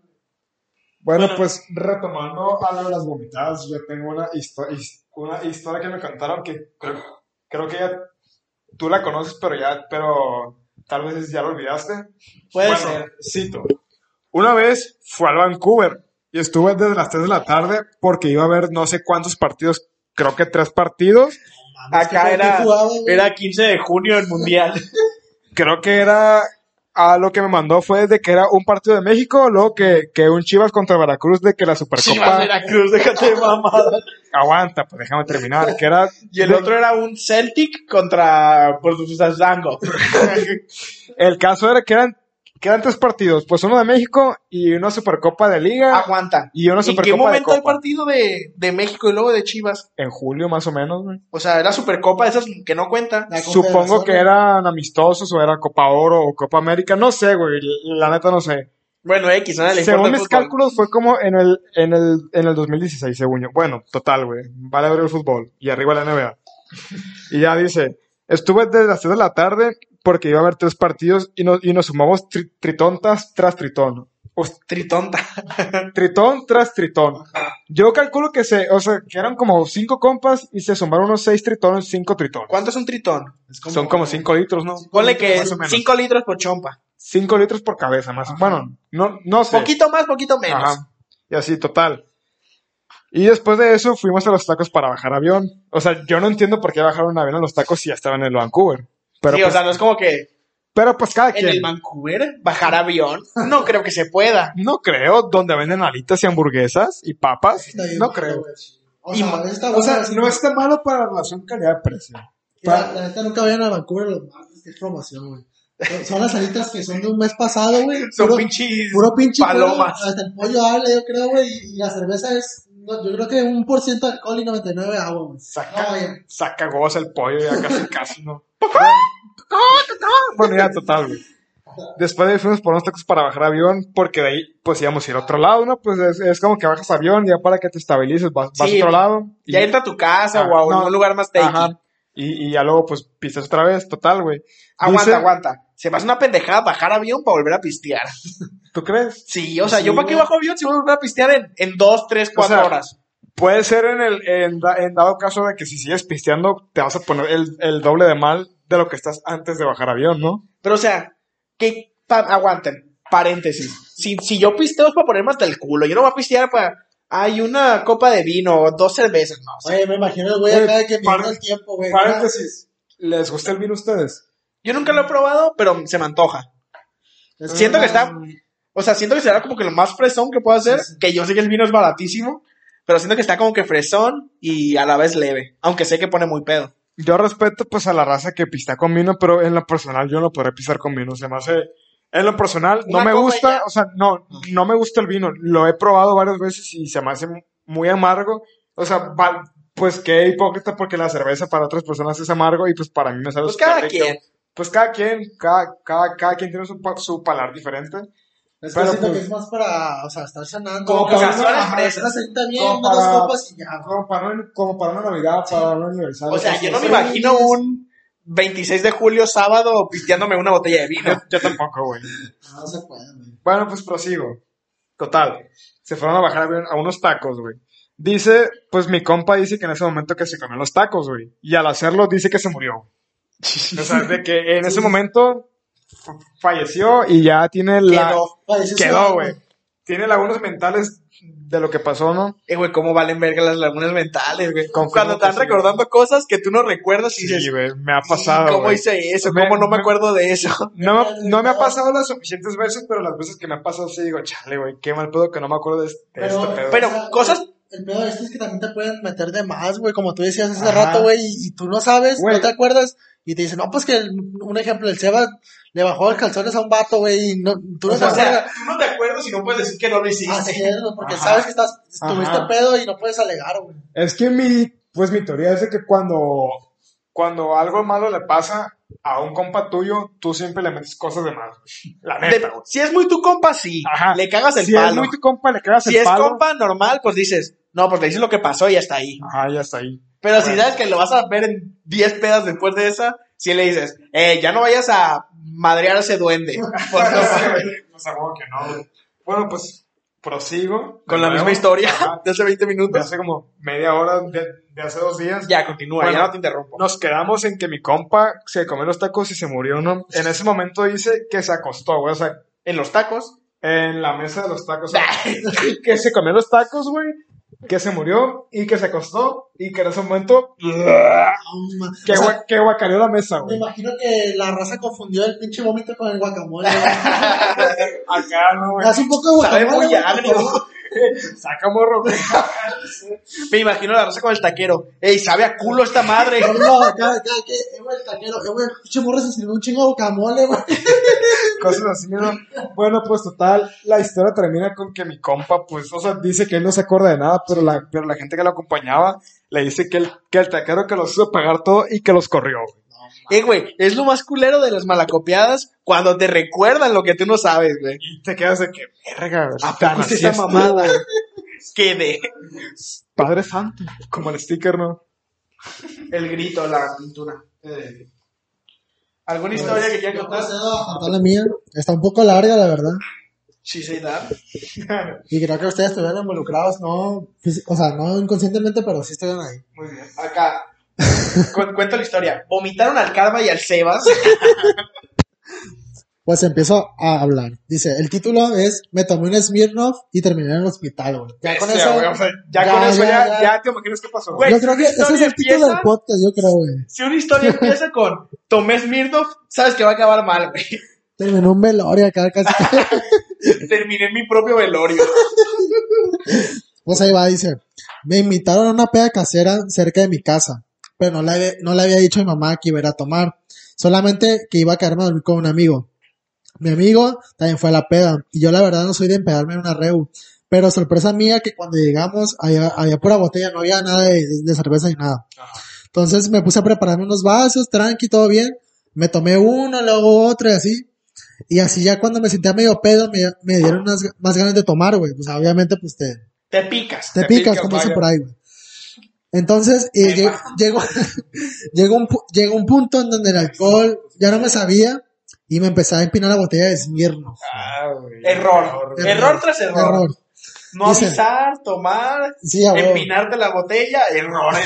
Bueno, Bueno. pues retomando a lo de las vomitadas, yo tengo una historia que me contaron que creo que ya tú la conoces, pero tal vez ya lo olvidaste. Puede Bueno, ser. cito. Una vez fue al Vancouver y estuve desde las 3 de la tarde porque iba a ver no sé cuántos partidos, creo que 3 partidos. Acá ¿Qué jugaba, güey? era 15 de junio el mundial. Creo que era, a lo que me mandó fue de que era un partido de México, luego que un Chivas contra Veracruz, de que la Chivas Supercopa... Veracruz, déjate de mamada. Aguanta, pues déjame terminar, que era... Y el otro era un Celtic contra Zango. El caso era que eran 3 partidos, pues uno de México y una Supercopa de Liga Aguanta. y una ¿En qué Supercopa de momento el Copa. partido de México y luego de Chivas? En julio más o menos, güey. O sea, era Supercopa, esas que no cuenta. La Supongo Confederación, que ¿no? eran amistosos o era Copa Oro o Copa América, no sé, güey, la neta no sé. Bueno, X, ¿no? Le importa Según el mis fútbol. cálculos fue como en el 2016, según yo. Bueno, total, güey, vale ver el fútbol y arriba la NBA. Y ya dice, estuve desde las 3 de la tarde porque iba a haber 3 partidos y nos sumamos tritón tras tritón. Tritonta. Tritón tras tritón. Yo calculo que que eran como 5 compas y se sumaron unos 6 tritones, 5 tritones. ¿Cuánto es un tritón? Es Son como 5 litros, ¿no? Ponle que Más o menos. 5 litros por chompa. 5 litros por cabeza, más. Bueno, no sé. Poquito más, poquito menos. Ajá. Y así, total. Y después de eso fuimos a los tacos para bajar avión. O sea, yo no entiendo por qué bajaron un avión a los tacos si ya estaban en el Vancouver. Pero, Sí, pues, o sea, no es como que pero pues cada en quien. el Vancouver bajar avión. No creo que se pueda. No creo, donde venden alitas y hamburguesas y papas. Está bien No malo, creo. güey. O Y sea, ma- está O sea, bueno, no está malo para la relación calidad-precio. La neta nunca vayan a Vancouver los martes, que es promoción, güey. Son las alitas que son de un mes pasado, güey. Son Puro- pinches Puro pinche palomas. pollo, hasta el pollo habla, yo creo, güey. Y la cerveza es, yo creo que 1% de alcohol y 99 de agua, güey. Saca, No, oye. saca goza el pollo ya casi, ¿no? Bueno, ya total, güey. Después de ahí fuimos por unos tacos para bajar avión, porque de ahí pues íbamos a ir a otro lado, ¿no? Pues es como que bajas avión ya para que te estabilices, vas a otro lado. Ya entra a tu casa o a algún lugar más Ajá. takey. Y ya luego pues pistas otra vez, total, güey. Aguanta. Se me hace una pendejada bajar avión para volver a pistear. ¿Tú crees? Sí, o sea, Sí, yo para qué güey. bajo avión si voy a volver a pistear en 2, 3, 4 O sea, horas. Puede ser en dado caso de que si sigues pisteando, te vas a poner el doble de mal de lo que estás antes de bajar avión, ¿no? Pero o sea, aguanten, paréntesis. Si yo pisteo es para ponerme hasta el culo. Yo no voy a pistear para... Hay una copa de vino o 2 cervezas, no. O sea, Oye, me imagino el güey acá de que midiendo el tiempo, güey. Paréntesis, ¿les gusta el vino a ustedes? yo nunca lo he probado, pero se me antoja. Siento que está... O sea, siento que será como que lo más fresón que puedo hacer. Sí. Que yo sé que el vino es baratísimo. Pero siento que está como que fresón y a la vez leve. Aunque sé que pone muy pedo. Yo respeto pues a la raza que pistea con vino, pero en lo personal yo no podré pisar con vino. Se me hace... En lo personal no Una me copa gusta, ya. o sea, no me gusta el vino. Lo he probado varias veces y se me hace muy amargo. O sea, pues qué hipócrita porque la cerveza para otras personas es amargo y pues para mí me sabe Pues súper cada rico. quien. Pues cada quien tiene su paladar diferente. Es que Pero, siento pues, que es más para, o sea, estar cenando. Como para ocasiones una fresas. una cenita bien, Como unas dos para- copas y ya. Como para una Navidad, para un aniversario. O sea, cosas yo no me así. imagino un 26 de julio, sábado, pisteándome una botella de vino. Yo tampoco, güey. No se puede, güey. Bueno, pues prosigo. Total. Se fueron a bajar a unos tacos, güey. Dice, pues mi compa dice que en ese momento que se comió los tacos, güey. Y al hacerlo dice que se murió. O sea, de que en ese momento falleció y ya tiene Quedó, güey. Tiene lagunas mentales de lo que pasó, ¿no? Güey, cómo valen verga las lagunas mentales, güey. Confirmo Cuando que están sí. recordando cosas que tú no recuerdas y dices, Sí, güey, me ha pasado, ¿cómo güey. hice eso? Me- ¿Cómo no me me- acuerdo de eso? No me ha pasado las suficientes veces, pero las veces que me ha pasado sí digo, chale, güey, qué mal pedo que no me acuerdo de este pedo. pero o sea, cosas- El pedo de esto es que también te pueden meter de más, güey, como tú decías hace Ajá. rato, güey, y tú no sabes, Güey. no te acuerdas, y te dicen, no, pues que, un ejemplo, el Seba le bajó los calzones a un vato, güey, y no, tú no O te acuerdas. sea, tú no te acuerdas y no puedes decir que no lo hiciste. Así es, güey, porque Ajá. sabes que estuviste Ajá. pedo y no puedes alegar, güey. Es que mi teoría es de que cuando algo malo le pasa a un compa tuyo, tú siempre le metes cosas de más, güey. La neta, güey. Si es muy tu compa, sí. Ajá. Le cagas el Si palo. es muy tu compa, le cagas Si el es palo. compa normal, pues dices, no, pues le dices lo que pasó y ya está ahí. Ajá, ya está ahí. Pero si Bueno. sabes que lo vas a ver en 10 pedas después de esa, si le dices, ya no vayas a madrear a ese duende. Pues no, Pues a huevo que no, güey. Bueno, pues prosigo. con De la nuevo. misma historia Ajá. de hace 20 De minutos. hace como media hora, de hace 2 días. Ya, continúa, Bueno, ya no te interrumpo. Nos quedamos en que mi compa se comió los tacos y se murió, ¿no? En ese momento dice que se acostó, güey. O sea, En los tacos, en la mesa de los tacos. O sea, que se comió los tacos, güey. Que se murió y que se acostó y que en ese momento que guacareó la mesa, Me güey. imagino que la raza confundió el pinche vómito con el guacamole, güey. Acá, no, güey. Hace un poco de sabe guacamole, muy güey, agrio. Saca morro, güey. Me imagino la raza con el taquero. Ey, sabe a culo esta madre. No, acá, güey, el taquero, güey, pinche morro se sirvió un chingo de guacamole, güey. Cosas así, ¿no? Bueno, pues total, la historia termina con que mi compa, pues, o sea, dice que él no se acuerda de nada, pero la gente que lo acompañaba le dice que el taquero que los hizo pagar todo y que los corrió, güey. Güey, es lo más culero de las malacopiadas cuando te recuerdan lo que tú no sabes, güey. Y te quedas de que, verga, güey. ¿A tan poco es así esa estuvo, mamada? güey. Que de Padre Santo, como el sticker, ¿no? el grito, la pintura. ¿Alguna historia que quieran Yo contar? procedo a contar la mía. Está un poco larga, la verdad. Sí, sí, da. Y creo que ustedes estuvieron involucrados, no, o sea, no inconscientemente, pero sí estuvieron ahí. Muy bien. Acá. Cuento la historia. Vomitaron al Karma y al Sebas. Pues empiezo a hablar. Dice, el título es Me tomé un Smirnoff y terminé en el hospital, güey. Ya con Bestia, eso. güey, o sea, ya con eso ya. ya te imaginas qué pasó. Güey, Yo creo que la ese es historia el título empieza- del podcast, yo creo, güey. Si una historia empieza con Tomé Smirnoff, sabes que va a acabar mal, güey. Terminó un velorio acá casi. Terminé en mi propio velorio. Pues ahí va, dice, me invitaron a una peda casera cerca de mi casa, pero no le había dicho a mi mamá que iba a ir a tomar, solamente que iba a quedarme a dormir con un amigo. Mi amigo también fue a la peda, y yo la verdad no soy de empedarme en una reu, pero sorpresa mía que cuando llegamos había pura botella, no había nada de cerveza ni nada. Entonces me puse a prepararme unos vasos, tranqui, todo bien, me tomé uno, luego otro y así, Y así ya cuando me sentía medio pedo, me dieron más ganas de tomar, güey. Pues obviamente, pues Te picas. te picas, como dicen por ahí, güey. Entonces, llegó un punto en donde el alcohol ya no me sabía y me empezaba a empinar la botella de Smirnoff. Error tras error. No Dice, avisar, tomar, sí, güey. empinarte la botella, error.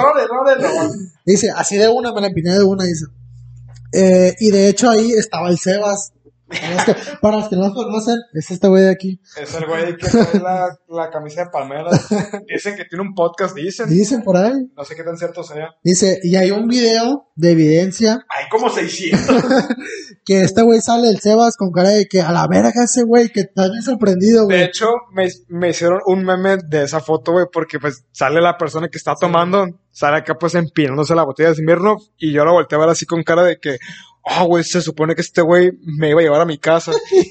Dice, así de una, me la empiné de una, dice. Y de hecho ahí estaba el Sebas. Para los que no los conocen, es este güey de aquí. Es el güey que trae la camisa de palmeras. Dicen que tiene un podcast, Dicen por ahí. No sé qué tan cierto sea. Dice, y hay un video de evidencia Hay como 600. que este güey sale el Sebas con cara de que a la verga ese güey, que está bien sorprendido, güey. De hecho, me hicieron un meme de esa foto, güey, porque pues sale la persona que está tomando, sale acá pues empinándose la botella de Smirnoff, y yo lo volteé a ver así con cara de que, güey, se supone que este güey me iba a llevar a mi casa.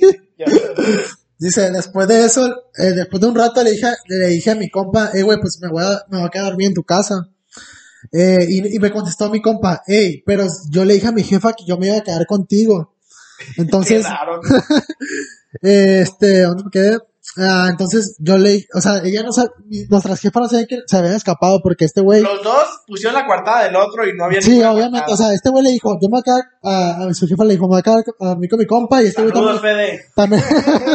Dice, después de eso, después de un rato le dije a mi compa, güey, pues me voy a quedar dormido en tu casa. Y me contestó mi compa, pero yo le dije a mi jefa que yo me iba a quedar contigo. Entonces, ¿dónde me quedé? Entonces yo o sea, ella no sabe, nuestras jefas no sabían que se habían escapado porque este güey. Los dos pusieron la coartada del otro y no había Sí, obviamente, coartada. O sea, este güey le dijo, yo me voy a quedar, a su jefa le dijo, me voy a quedar a mí con mi compa, y este güey también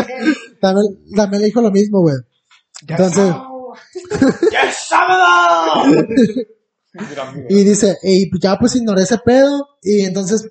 le dijo lo mismo, güey. Entonces. ¡Ya sábado! Y dice, ya pues ignoré ese pedo, y entonces,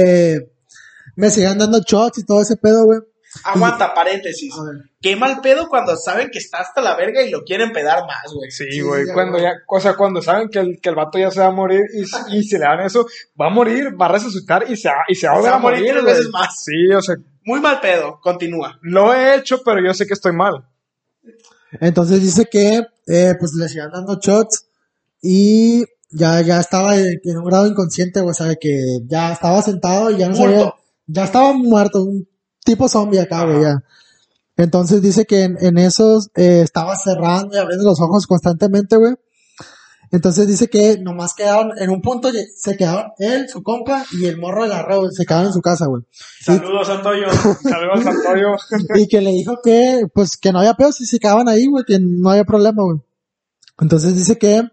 me siguen dando shots y todo ese pedo, güey. Aguanta, paréntesis. Qué mal pedo cuando saben que está hasta la verga y lo quieren pedar más, güey. Sí, güey. Cuando saben que el vato ya se va a morir y si le dan eso, va a morir, va a resucitar y se va a morir 3 veces más. Sí, o sea. Muy mal pedo. Continúa. Lo he hecho, pero yo sé que estoy mal. Entonces dice que, pues le sigan dando shots y ya estaba en un grado inconsciente, güey. O sea, que ya estaba sentado y ya no sabía. Ya estaba muerto, un tipo zombie acá, güey, ya. Entonces dice que en esos estaba cerrando y abriendo los ojos constantemente, güey. Entonces dice que nomás quedaron, en un punto se quedaron él, su compa y el morro de la red, se quedaron en su casa, güey. Saludos, Antonio. Saludos, Antonio. Y que le dijo que, pues, que no había pedo si se quedaban ahí, güey, que no había problema, güey. Entonces dice que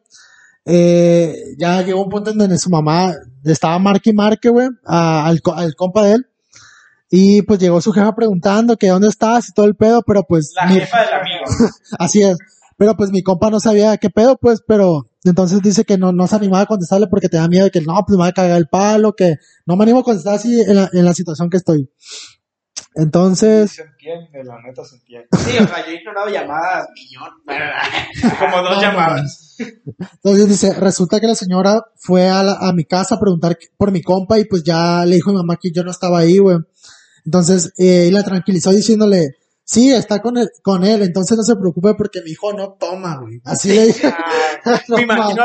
ya llegó un punto en donde su mamá estaba marque y marque, güey, al compa de él. Y pues llegó su jefa preguntando que dónde estás y todo el pedo, pero pues. La jefa del amigo. Así es. Pero pues mi compa no sabía qué pedo, pues, pero entonces dice que no se animaba a contestarle porque te da miedo de que no, pues me va a cagar el palo, que no me animo a contestar así en la situación que estoy. Entonces. Se entiende, la neta se entiende. Sí, o sea, yo he ignorado llamadas millón. Como 2 llamadas. Entonces dice, resulta que la señora fue a mi casa a preguntar por mi compa y pues ya le dijo a mi mamá que yo no estaba ahí, güey. Entonces, y la tranquilizó diciéndole, sí, está con él, entonces no se preocupe porque mi hijo no toma, güey. Así le dije. No, me imagino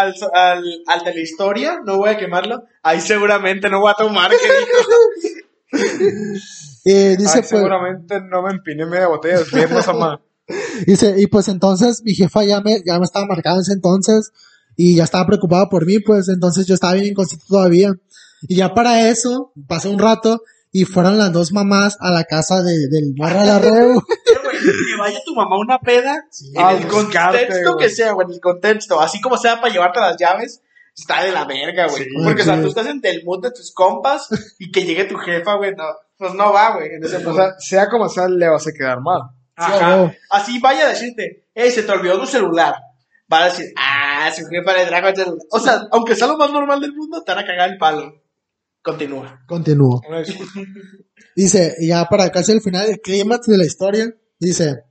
al de la historia, no voy a quemarlo, ahí seguramente no voy a tomar, ¿qué dijo? Dice, pues, seguramente no me empiné media botella de Smirnoff, mamá. Dice, y pues entonces mi jefa ya me estaba marcando en ese entonces y ya estaba preocupada por mí, pues entonces yo estaba bien inconsciente todavía. Y ya para eso, pasó un rato y fueron las 2 mamás a la casa del barra de la Reu. Que vaya tu mamá a una peda, sí, en el contexto que sea, güey, en el contexto, así como sea para llevarte las llaves, está de la verga, güey. Sí, porque, o sea, tú estás en el mood de tus compas y que llegue tu jefa, güey, no, pues no va, güey. O sea, sea como sea, le vas a quedar mal. Ajá. Así vaya a decirte, se te olvidó tu celular. Va a decir, su jefa le trajo el celular. O sea, aunque sea lo más normal del mundo, te van a cagar el palo. Continúo. Dice, y ya para casi el final, el clímax de la historia, dice,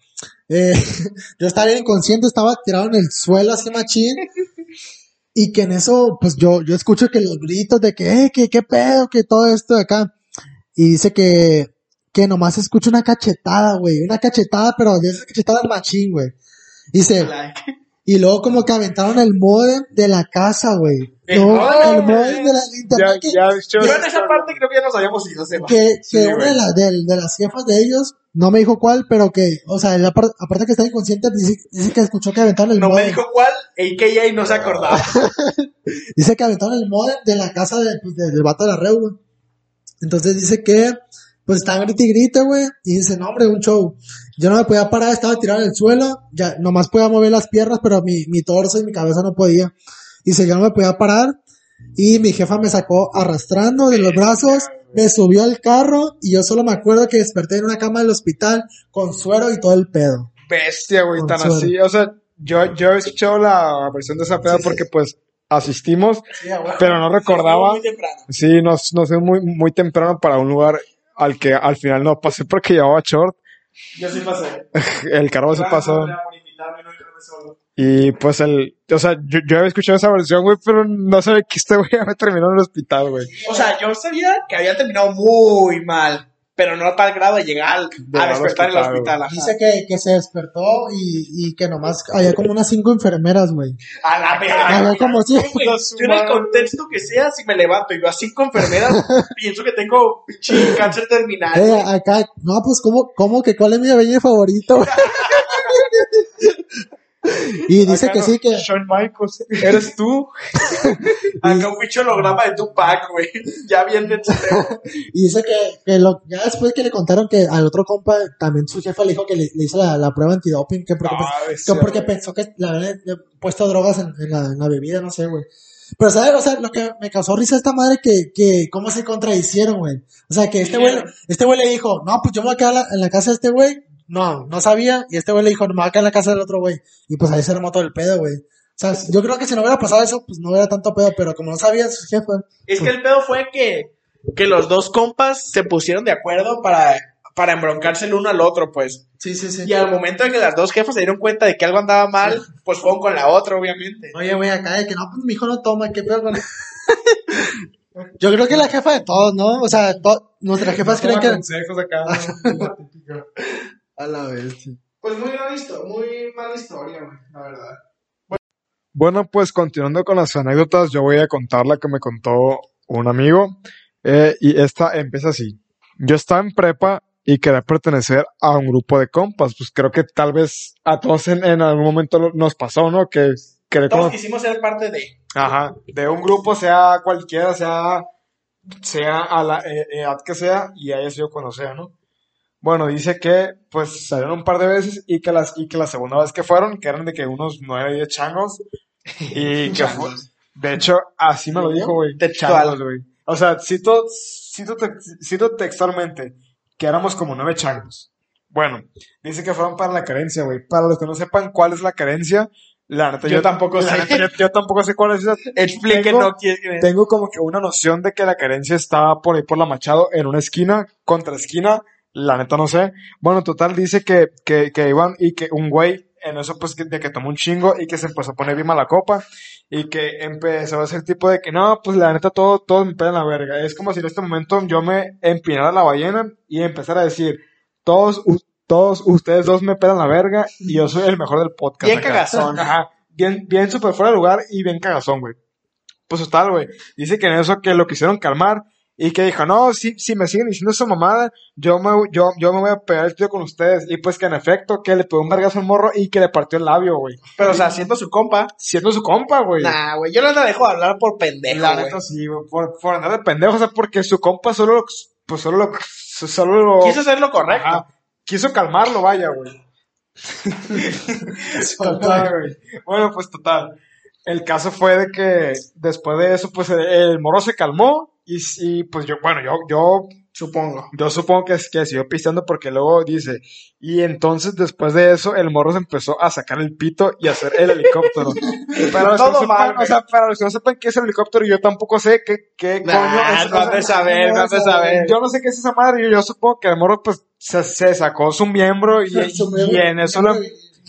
yo estaba bien inconsciente, estaba tirado en el suelo así machín, y que en eso, pues yo escucho que los gritos de que qué pedo, que todo esto de acá, y dice que nomás escucho una cachetada, güey, pero de esas cachetadas machín, güey. Dice, y luego como que aventaron el modem de la casa, güey. El modem de la internet. Yo en esa parte creo que ya nos habíamos ido, Seba. Que una de las jefas de ellos, no me dijo cuál, pero que, o sea, aparte que está inconsciente, dice que escuchó que aventaron el modem. No me dijo cuál, a.k.a. no se acordaba. Dice que aventaron el modem de la casa del vato de la Reu, güey. Entonces dice que pues estaban grite y grite, güey, y dice, no, hombre, un show. Yo no me podía parar, estaba tirado en el suelo, ya nomás podía mover las piernas, pero mi torso y mi cabeza no podía. Dice, yo no me podía parar, y mi jefa me sacó arrastrando de los brazos, me subió al carro, y yo solo me acuerdo que desperté en una cama del hospital, con suero y todo el pedo. Bestia, güey, Con tan suero. así. O sea, yo he escuchado la versión de esa peda Sí, porque, pues, asistimos, Sí, güey. pero no recordaba. Muy temprano. Sí, nos fue muy temprano para un lugar al que al final no pasé porque llevaba short. Yo sí pasé. El carro se pasó. Gracias por invitarme, no irme solo. Y pues o sea, yo había escuchado esa versión, güey, pero no sabía que este güey ya me terminó en el hospital, güey. O sea, yo sabía que había terminado muy mal, pero no a tal grado de llegar a despertar en el hospital. Ajá. Dice que se despertó y que nomás había como unas 5 enfermeras, güey. A la verga. Había como si... Güey, yo en el contexto que sea, si me levanto y veo a 5 enfermeras, pienso que tengo pinche cáncer terminal. güey. acá, no, pues, ¿cómo que cuál es mi baby favorito? Y dice Acá que no, sí, que... Shawn Michaels, ¿eres tú? Acá un pinche holograma de Tupac, güey. Ya bien de Y dice que ya después que le contaron que al otro compa, también su jefa le dijo que le hizo la prueba antidoping, que porque pensó que le habían puesto drogas en la bebida, no sé, güey. Pero, ¿sabes? O sea, lo que me causó risa esta madre que cómo se contradicieron, güey. O sea, que este güey le dijo, no, pues yo me voy a quedar en la casa de este güey. No sabía. Y este güey le dijo, no me voy a quedar en la casa del otro güey. Y pues ahí se armó todo el pedo, güey. O sea, yo creo que si no hubiera pasado eso, pues no hubiera tanto pedo, pero como no sabía su jefa. Es que el pedo fue que los dos compas se pusieron de acuerdo para embroncarse el uno al otro, pues. Sí. Y al momento de que las dos jefas se dieron cuenta de que algo andaba mal, pues fueron con la otra, obviamente. Oye, güey, acá de que no, pues mi hijo no toma, qué pedo con... Yo creo que la jefa de todos, ¿no? O sea, nuestras jefas creen que... consejos acá. A la vez, Pues muy mala historia, güey, la verdad. Bueno, pues continuando con las anécdotas, yo voy a contar la que me contó un amigo. Y esta empieza así. Yo estaba en prepa y quería pertenecer a un grupo de compas. Pues creo que tal vez a todos en algún momento nos pasó, ¿no? Que Todos quisimos ser parte de... Ajá, de un grupo, sea cualquiera, sea a la edad que sea, y haya sido cuando sea, ¿no? Bueno, dice que pues salieron un par de veces y que la segunda vez que fueron, que eran de que unos 9, 10 changos, y que fue, de hecho, así me lo dijo, güey. Textual. Changos, güey. O sea, cito textualmente, que éramos como 9 changos. Bueno, dice que fueron para la carencia, güey. Para los que no sepan cuál es la carencia, la neta, Yo tampoco sé. Yo tampoco sé cuál es esa. Explíquenos. Tengo como que una noción de que la carencia estaba por ahí por la Machado, en una esquina, contra esquina, la neta no sé. Bueno, total, dice que iban y que un güey, en eso pues de que tomó un chingo y que se empezó a poner bien mala copa y que empezó a ser tipo de que no, pues la neta todos me pegan la verga. Es como si en este momento yo me empinara la ballena y empezara a decir, todos ustedes dos me pegan la verga y yo soy el mejor del podcast. Bien acá. cagazón. Ajá. Bien súper fuera de lugar y bien cagazón, güey. Pues total, güey. Dice que en eso que lo quisieron calmar y que dijo, no, si me siguen diciendo esa mamada, yo me voy a pegar el tío con ustedes. Y pues que en efecto, que le pegó un vergazo al morro y que le partió el labio, güey. Pero, o sea, siendo su compa. Siendo su compa, güey. Nah, güey, yo no la dejo hablar por pendejo, La güey. neta sí, güey. Por andar de pendejo, o sea, porque su compa solo lo Quiso hacer lo correcto. Ajá. Quiso calmarlo, vaya, güey. Total, güey. Bueno, pues total. El caso fue de que después de eso, pues el morro se calmó y pues yo supongo que siguió pisteando porque luego dice, y entonces después de eso el morro se empezó a sacar el pito y a hacer el helicóptero. Para los, Todo que no mal, sepan, o sea, para los que no sepan qué es el helicóptero, yo tampoco sé qué coño es. No has de saber. Yo no sé qué es esa madre, yo supongo que el morro pues se sacó su miembro y en eso lo...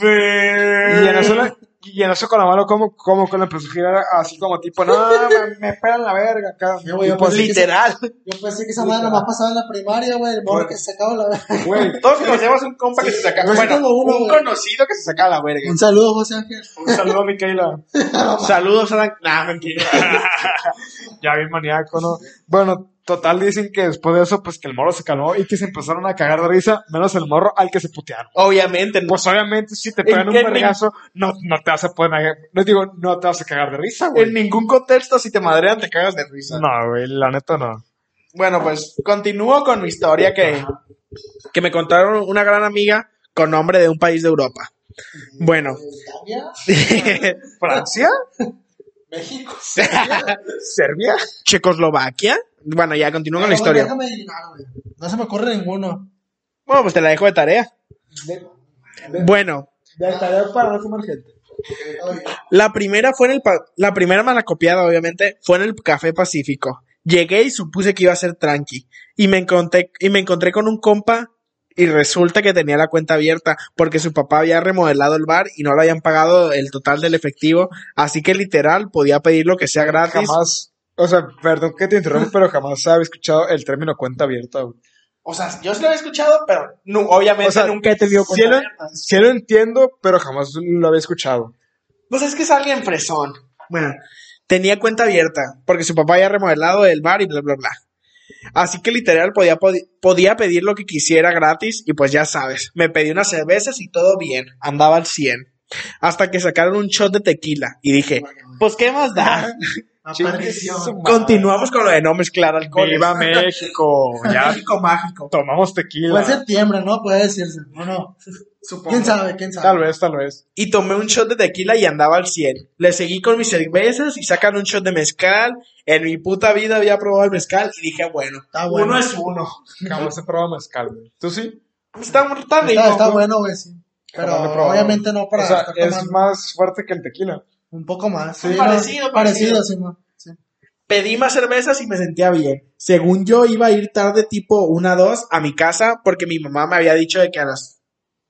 Y en eso con la mano como que lo empezó a girar así como tipo, no, me pegan la verga acá. Güey, Pues, Literal. Yo pensé que esa madre nomás pasaba en la primaria, güey, el morro que se sacaba la verga. güey, Todos conocemos un compa que se saca. Yo Bueno, tengo uno, un güey. conocido que se saca la verga. Un saludo, José Ángel. un saludo a Micaela. Saludos a la... Nah, mentira. Ya bien maníaco, ¿no? Bueno, total dicen que después de eso, pues que el morro se calmó y que se empezaron a cagar de risa, menos el morro al que se putearon. Obviamente, no. Pues obviamente si te pegan un en vergazo, no te vas a poder, no te vas a cagar de risa, güey. En ningún contexto, si te madrean, te cagas de risa. No, güey, la neta no. Bueno, pues continúo con mi historia que me contaron una gran amiga con nombre de un país de Europa. Bueno. ¿Italia? ¿Francia? ¿México? ¿Serbia? ¿Checoslovaquia? Bueno, ya continúo con la historia. Déjame adivinar, güey. No se me ocurre ninguno. Bueno, pues te la dejo de tarea. Bueno, De tarea para no comer gente. la primera la primera malacopiada, obviamente, fue en el Café Pacífico. Llegué y supuse que iba a ser tranqui. Y me encontré con un compa y resulta que tenía la cuenta abierta porque su papá había remodelado el bar y no le habían pagado el total del efectivo. Así que literal podía pedir lo que sea gratis. Jamás, o sea, perdón que te interrumpa, pero jamás había escuchado el término cuenta abierta, güey. O sea, yo sí lo había escuchado, pero no, obviamente O sea, nunca he tenido Sí cuenta lo, abierta. sí lo entiendo, pero jamás lo había escuchado. Pues es que es alguien fresón. Bueno, tenía cuenta abierta porque su papá había remodelado el bar y bla, bla, bla. Así que literal podía pedir lo que quisiera gratis y pues ya sabes, me pedí unas cervezas y todo bien, andaba al 100. Hasta que sacaron un shot de tequila y dije, pues ¿qué más da? Aparición. Continuamos con lo de no mezclar alcohol. ¡Viva México! Ya México mágico. tomamos tequila. Fue en septiembre, ¿no? Puede decirse. ¿O no? Supongo. ¿Quién sabe? ¿Quién sabe? Tal vez. Y tomé un shot de tequila y andaba al 100. Le seguí con mis cervezas y sacan un shot de mezcal. En mi puta vida había probado el mezcal y dije, bueno, Está bueno. uno es uno. Jamás he probado mezcal, güey. ¿Tú sí? Está rico. Está bueno, güey, sí. Pero Jamás lo he probado. obviamente no para O sea, estar es tomando. más fuerte que el tequila. Un poco más. Sí, parecido. Parecido, sí, man. Sí. Pedí más cervezas y me sentía bien. Según yo iba a ir tarde tipo 1 a 2 a mi casa porque mi mamá me había dicho de que a las...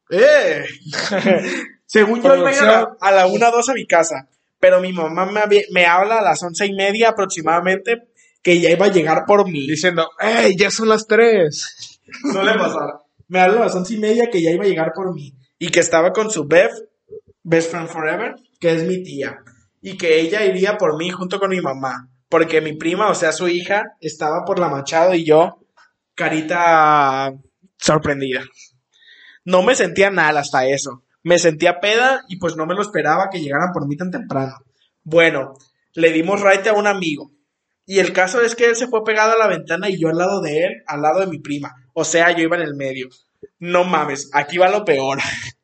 Según yo iba a ir a la 1 a 2 a mi casa, pero mi mamá me habla a las 11:30 aproximadamente que ya iba a llegar por mí. Diciendo, ¡ey, ya son las 3! No le pasaba. Me habla a las 11:30 que ya iba a llegar por mí y que estaba con su Best Friend Forever, que es mi tía, y que ella iría por mí junto con mi mamá, porque mi prima, o sea, su hija, estaba por la Machado y yo, carita sorprendida. No me sentía mal hasta eso. Me sentía peda y pues no me lo esperaba que llegaran por mí tan temprano. Bueno, le dimos raite a un amigo. Y el caso es que él se fue pegado a la ventana y yo al lado de él, al lado de mi prima. O sea, yo iba en el medio. No mames, aquí va lo peor.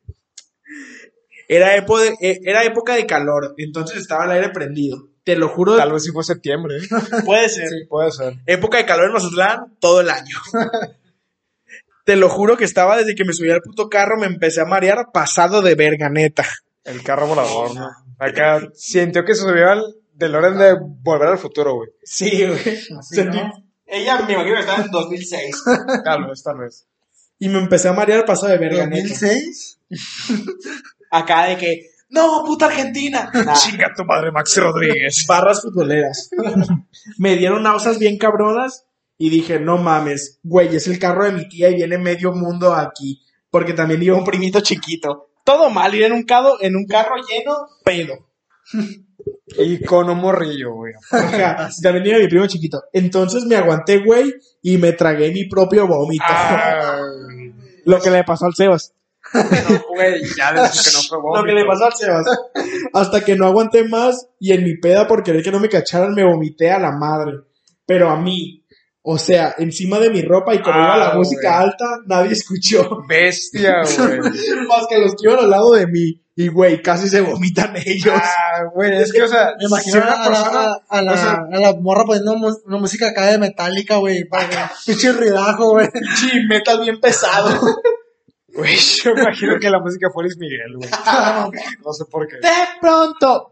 Era época de calor, entonces estaba el aire prendido. Te lo juro. Tal vez sí fue septiembre. Puede ser. Sí, puede ser. Época de calor en Mazatlán todo el año. Te lo juro que estaba desde que me subí al puto carro, me empecé a marear pasado de verga, neta. El carro volador, ¿no? Acá sintió que se subió al DeLorean de Volver al Futuro, güey. Sí, güey. Sentí... ¿no? Ella me imagino que estaba en 2006. Tal vez. Y me empecé a marear pasado de verga, neta. ¿2006? Acá de que, no, puta Argentina. Nah. Chinga tu madre, Maxi Rodríguez. Barras futboleras. Me dieron náuseas bien cabronas y dije, no mames, güey, es el carro de mi tía y viene medio mundo aquí. Porque también iba un primito chiquito. Todo mal, ir en un carro lleno, pedo. Y con un morrillo, güey. Ajá, también iba mi primo chiquito. Entonces me aguanté, güey, y me tragué mi propio vómito. Ay, Lo que le pasó al Sebas. no, güey, ya les dije que no fue vómito. Lo que le pasó al Sebas. Hasta que no aguanté más y en mi peda por querer que no me cacharan me vomité a la madre. Pero a mí, o sea, encima de mi ropa y como iba la música güey. alta, nadie escuchó. Bestia, güey. Más que los que iban al lado de mí. Y güey, casi se vomitan ellos. Güey, es que, o sea, Me imagino si una persona... a la morra poniendo una música acá de Metallica, güey. Para pinche ridajo, güey. Sí, metal bien pesado. Güey, yo imagino que la música fue Luis Miguel, güey. No sé por qué. De pronto.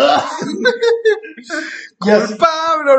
Y así, Pablo.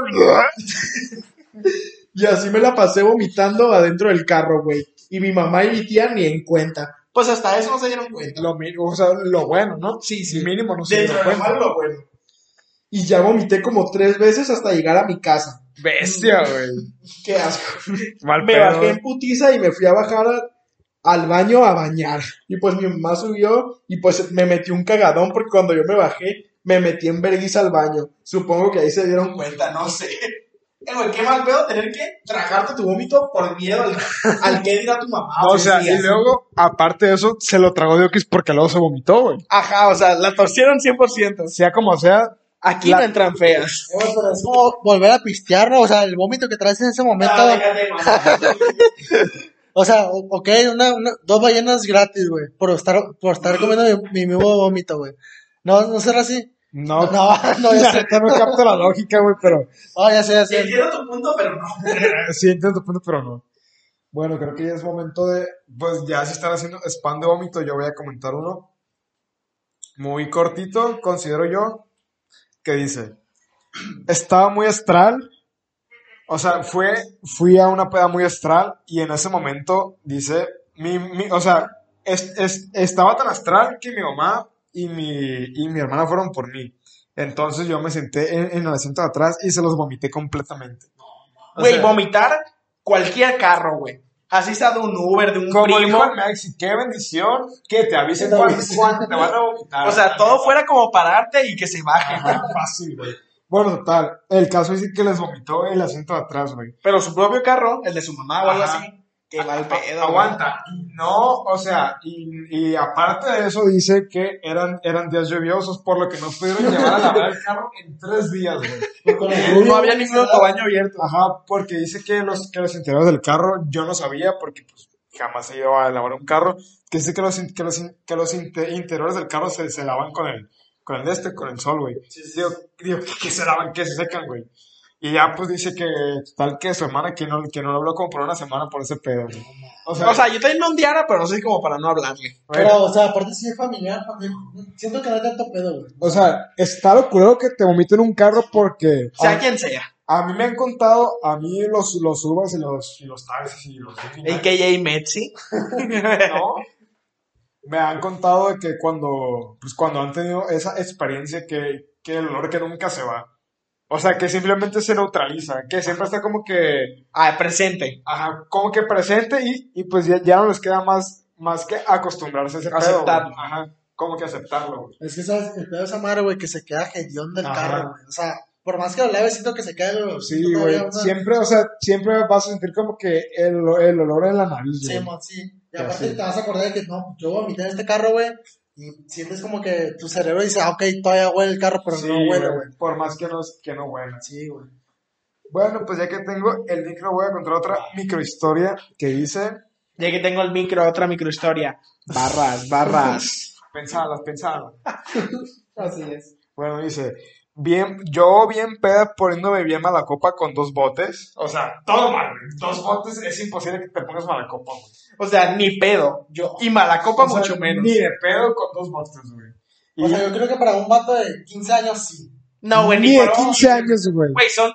y así me la pasé vomitando adentro del carro, güey. Y mi mamá y mi tía ni en cuenta. Pues hasta eso no se dieron cuenta. Lo mínimo, o sea, lo bueno, ¿no? Sí, sí. Mínimo, no sé. Dentro de lo malo, lo bueno. Y ya vomité como 3 veces hasta llegar a mi casa. Bestia, güey. Qué asco. Mal Me pedo. bajé en putiza y me fui a bajar al baño a bañar. Y pues mi mamá subió y pues me metió un cagadón porque cuando yo me bajé, me metí en vergüenza al baño. Supongo que ahí se dieron cuenta, no sé. Güey, qué mal pedo tener que tragarte tu vómito por miedo al que dirá tu mamá. No, o sea, sí, y así. luego, aparte de eso, se lo tragó de Oquis porque luego se vomitó, güey. Ajá, o sea, la torcieron 100%. Sea como sea, Aquí no entran feas. Pero es como volver a pistear, ¿no? O sea, el vómito que traes en ese momento. O sea, ok, dos ballenas gratis, güey, por estar comiendo mi mismo vómito, güey. No será así. No, No, ya sé. no capto la lógica, güey, pero... Ya sé. Entiendo tu punto, pero no. Sí, entiendo tu punto, pero no. Bueno, creo que ya es momento de... Pues ya si están haciendo spam de vómito, yo voy a comentar uno. Muy cortito, considero yo, que dice... Estaba muy astral. O sea, fui a una peda muy astral y en ese momento, dice... o sea, estaba tan astral que mi mamá y mi hermana fueron por mí. Entonces yo me senté en el asiento de atrás y se los vomité completamente. Güey, vomitar cualquier carro, güey. Así sea de un Uber, de un como primo. Dijo el Maxi, qué bendición que te avisen cuando te van a vomitar. O sea, todo fuera como pararte y que se baje. Ajá, fácil, güey. Bueno, total, el caso es que les vomitó el asiento de atrás, güey. Pero su propio carro, el de su mamá o algo Ajá. así. Qué mal pedo. Aguanta. Y no, o sea, y aparte de eso dice que eran días lluviosos, por lo que no pudieron llevar a lavar el carro en 3 días, güey. No había ningún autobaño abierto. Ajá, porque dice que los interiores del carro, yo no sabía, porque pues jamás he ido a lavar un carro, que dice que los interiores del carro se lavan con el sol, güey. Digo, que se lavan, que se secan, güey. Y ya pues dice que tal que su hermana que no lo habló como por una semana por ese pedo, güey. O sea, yo también me ondeara, pero no sé como para no hablarle. Pero, o sea, aparte sí es familiar, siento que no hay tanto pedo, güey. O sea, está lo culero que te vomiten en un carro porque... Sea quien sea. A mí me han contado, los Ubers y los taxis y los... A.K.A. Metzi. ¿No? Me han contado de que cuando han tenido esa experiencia que el olor que nunca se va. O sea, que simplemente se neutraliza, que siempre está como que... presente. Ajá, como que presente y pues ya no les queda más que acostumbrarse a ese pedo. Aceptarlo. Ajá, como que aceptarlo, güey. Es que sabes, el pedo de esa madre, güey, que se queda gedión del Ajá. carro, güey. O sea, por más que lo laves, siento que se queda el olorcito Sí, güey, todavía, siempre vas a sentir como que el olor en la nariz, güey. Sí. Y aparte Sí. te vas a acordar de que no, yo vomité en este carro, güey. Y sientes como que tu cerebro dice, ok, todavía huele el carro, pero Sí, no huele, güey. por más que no huela. Sí, güey. Bueno, pues ya que tengo el micro, voy a contar otra microhistoria que dice... Ya que tengo otra microhistoria. Barras. Pensalas. Así es. Bueno, dice... Yo bien peda poniendo bebida mala copa con 2 botes. O sea, todo mal, güey. 2 botes es imposible que te pongas mala copa, güey. O sea, ni pedo. Y mala copa O sea, mucho menos. Ni de pedo con 2 botes, güey. O sea, yo creo que para un vato de 15 años sí. No, güey, ni ni de para 15 años, güey. Güey, son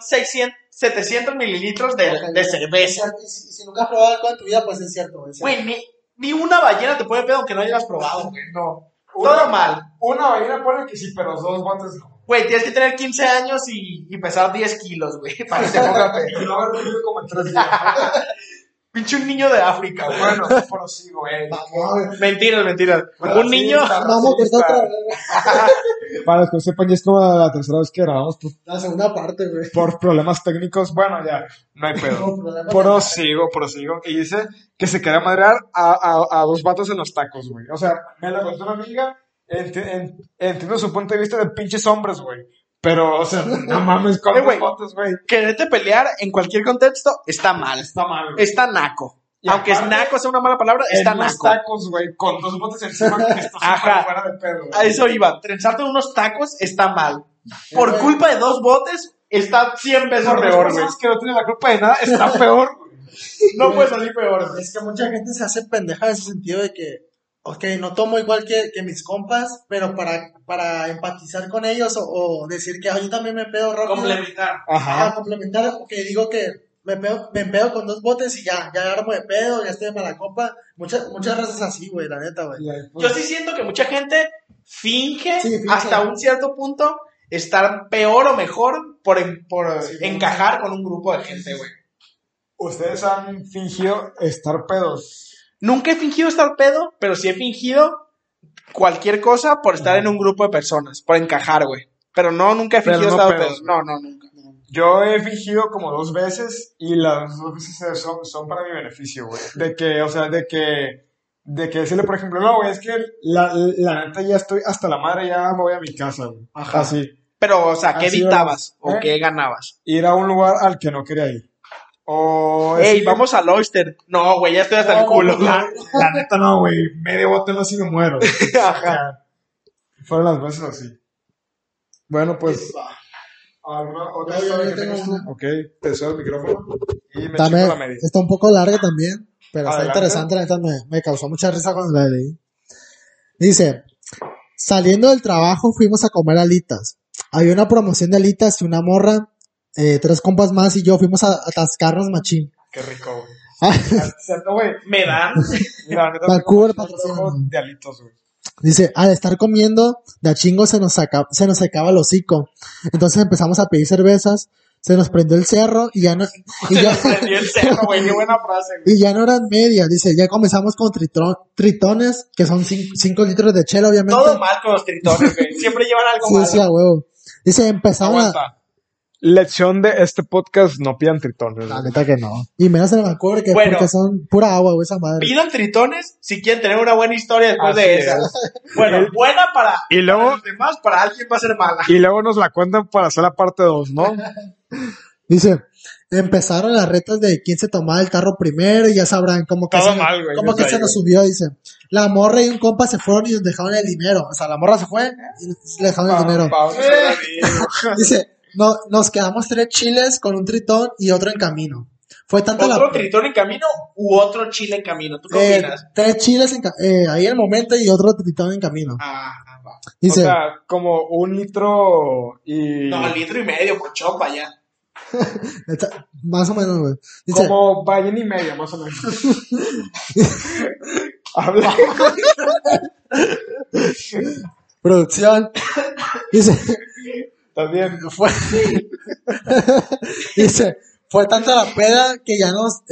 700 mililitros de cerveza. Y si nunca has probado alcohol en tu vida, pues es cierto, güey. Güey, ni una ballena te puede pedo aunque no hayas probado, güey. No. Todo mal. Una ballena pone que sí, pero 2 botes no. Güey, tienes que tener 15 años y pesar 10 kilos, güey, para que te ponga pedo. Y no haber comido como en 3 días. Pinche un niño de África, güey. Bueno, prosigo, Mentiras. Bueno, Un sí, niño... Vamos a cortar otra vez. Para los que sepan, ya es como la tercera vez que grabamos La segunda parte, güey. por problemas técnicos. Bueno, ya, no hay pedo. Prosigo. Y dice que se quería madrear a 2 vatos en los tacos, güey. O sea, me lo contó una amiga. Entiendo su punto de vista de pinches hombres, güey. Pero, o sea, no mames, con güey, fotos, güey. Quererte pelear en cualquier contexto está mal. Está mal, güey. Está naco. Y Aunque aparte, naco sea una mala palabra, está en unos naco. tacos, güey, con 2 botes encima que está Ajá. súper fuera de pedo, güey. A eso iba. Trenzarte unos tacos está mal. Por culpa de 2 botes, está 100 veces Por peor, güey. personas que no tienen la culpa de nada, está peor, güey. No puede salir peor. Es que mucha gente se hace pendeja en ese sentido de que, ok, no tomo igual que mis compas, pero para empatizar con ellos o decir que yo también me pedo rápido. Complementar. Ajá, complementar, porque digo que me empedo con 2 botes y ya armo de pedo, ya estoy de mala copa. Muchas veces así, güey, la neta, güey. Yo sí siento que mucha gente finge Sí, finge. hasta un cierto punto estar peor o mejor por encajar con un grupo de gente, güey. ¿Ustedes han fingido estar pedos? Nunca he fingido estar pedo, pero sí he fingido cualquier cosa por estar en un grupo de personas, por encajar, güey. Pero nunca he fingido Pero no estar pedos. pedo. No, nunca. Yo he fingido como 2 veces y las 2 veces son para mi beneficio, güey. De que decirle, por ejemplo, no, güey, es que la neta ya estoy hasta la madre, ya me voy a mi casa, güey. Ajá. Así. Pero, o sea, ¿qué Así dictabas? es, ¿O qué ganabas? Ir a un lugar al que no quería ir. O... Ey, vamos al Oyster. No, güey, ya estoy hasta el culo. La neta no, güey. Medio bote no, si me muero. Ajá. Fueron las veces así. Bueno, pues... ¿Alguna otra Yo historia que tengo tengas tú? una. Ok, te cedo el micrófono. Y me Dame, checo la media. está un poco larga también, pero está Adelante. interesante, la neta me causó mucha risa cuando la leí. Dice, saliendo del trabajo fuimos a comer alitas. Había una promoción de alitas y una morra, 3 compas más y yo fuimos a atascarnos machín. Qué rico, güey. Cierto, güey. Me dan. Mira, la neta, Vancouver tengo mucho patrocina. antojo de alitos, güey. Dice, al estar comiendo, de a chingo se nos secaba el hocico. Entonces empezamos a pedir cervezas, se nos prendió el cerro y ya no, y Se ya, nos prendió el cerro, güey. Qué buena frase, güey. y ya no eran medias. Dice, ya comenzamos con tritones, que son 5 litros de chela, obviamente. Todo mal con los tritones, güey. Siempre llevan algo Sí, malo. sí, a huevo. Dice, empezaron Aguanta. Lección de este podcast, no pidan tritones. La güey. neta que no. Y menos en Vancouver, que Bueno. porque son pura agua, güey, esa madre. Pidan tritones si quieren tener una buena historia después Así de es. esa. Bueno, buena para, Y luego- para los demás, para alguien va a ser mala. Y luego nos la cuentan para hacer la parte 2, ¿no? Dice, empezaron las retas de quién se tomaba el tarro primero y ya sabrán cómo que, Todo mal, güey, cómo que desde se ahí, nos güey. subió, dice. La morra y un compa se fueron y nos dejaron el dinero. O sea, la morra se fue y le dejaron el dinero. Dice, no, nos quedamos 3 chiles con un tritón y otro en camino. Fue tanta ¿Otro la... tritón en camino u otro chile en camino? ¿Tú qué opinas? 3 chiles ahí en el momento y otro tritón en camino. Va. Dice, O sea, como 1 litro y... No, 1,5 litros por chopa ya. más o menos, güey. Dice, Como ballena y media, más o menos. Habla. producción. Dice, También. dice, fue tanta la peda que ya nos,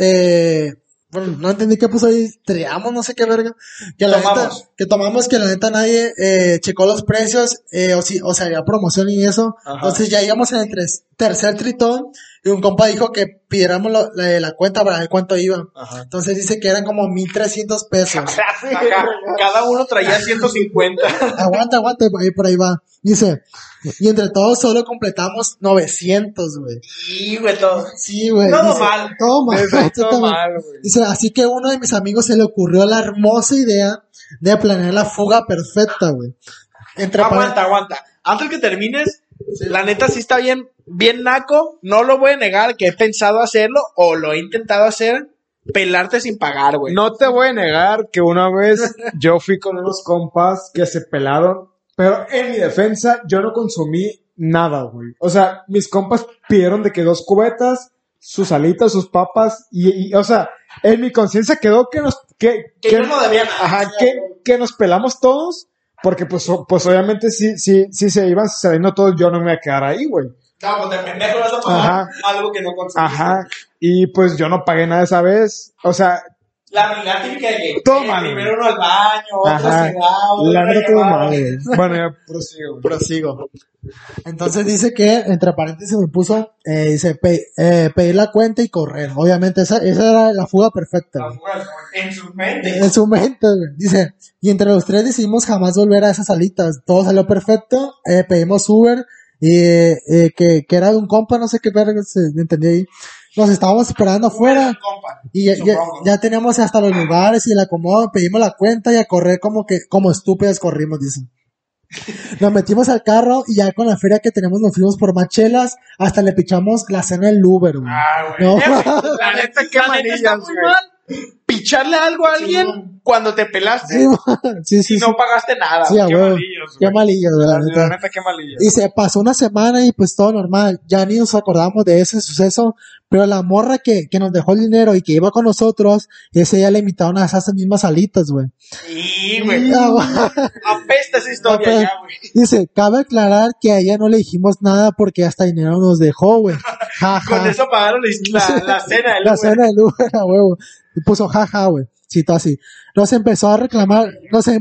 bueno, no entendí qué puso ahí, triamos, no sé qué verga, que la Tomamos. neta, que tomamos que la neta nadie, checó los precios, o sea, había promoción y eso, Ajá. entonces ya íbamos en el tercer tritón, y un compa dijo que pidiéramos la cuenta para ver cuánto iba, Ajá. entonces dice que eran como 1,300 pesos. Acá, cada uno traía 150. Aguanta, ahí por ahí va. Dice, y entre todos solo completamos 900, güey. Y, güey, todo. Sí, güey. Todo dice, mal. Todo mal. Todo exactamente. mal, güey. Dice, así que uno de mis amigos se le ocurrió la hermosa idea de planear la fuga perfecta, güey. Entre Aguanta. Antes que termines, la neta sí está bien naco. No lo voy a negar que he pensado hacerlo o lo he intentado hacer. Pelarte sin pagar, güey. No te voy a negar que una vez yo fui con unos compas que se pelaron, pero en mi defensa yo no consumí nada, güey. O sea, mis compas pidieron de que 2 cubetas, sus alitas, sus papas, y o sea, en mi conciencia quedó que nos... Que yo no debía nada. Ajá, que nos pelamos todos, porque pues obviamente si se iban saliendo todos, yo no me iba a quedar ahí, güey. No, pues de pendejo vas a pagar Ajá. algo que no consumiste. Ajá, y pues yo no pagué nada esa vez, o sea, La típica de que Todo mal, primero uno al baño, otro Ajá. se va, otro la neta todo llevaba. mal, güey. Bueno, ya prosigo, güey. Prosigo. Entonces dice que, entre paréntesis me puso, dice, pedir la cuenta y correr. Obviamente, esa era la fuga perfecta, güey. En su mente. En su mente, güey. Dice, y entre los 3 decidimos jamás volver a esas salitas. Todo salió perfecto, pedimos Uber, y que era de un compa, no sé qué verga se entendió ahí. Nos estábamos esperando afuera. Compa, Y ya, supongo. ya teníamos hasta los lugares y el acomodo, pedimos la cuenta y a correr como estúpidos corrimos, dicen. Nos metimos al carro y ya con la feria que tenemos nos fuimos por más chelas, hasta le pichamos la cena del Uber, güey. Ah, güey. No. La neta, qué manilla está muy güey. mal. Picharle algo a alguien cuando te pelaste Sí, man. Sí, y sí, no sí. pagaste nada. Sí, güey. a Qué huevo. malillos, Qué güey. malillos, güey, la La neta. neta, qué malillos. Y se pasó una semana y pues todo normal. Ya ni nos acordamos de ese suceso. Pero la morra que nos dejó el dinero y que iba con nosotros, ese día le invitaron a esas mismas alitas, güey. Y, güey. Ah, güey. Apesta esa historia Apesta. ya, güey. Dice, cabe aclarar que a ella no le dijimos nada porque hasta dinero nos dejó, güey. Ja, Con ja. eso pagaron la cena del La Uber. cena del Uber, a huevo. Y puso jaja, güey. Cito así. Nos empezó a reclamar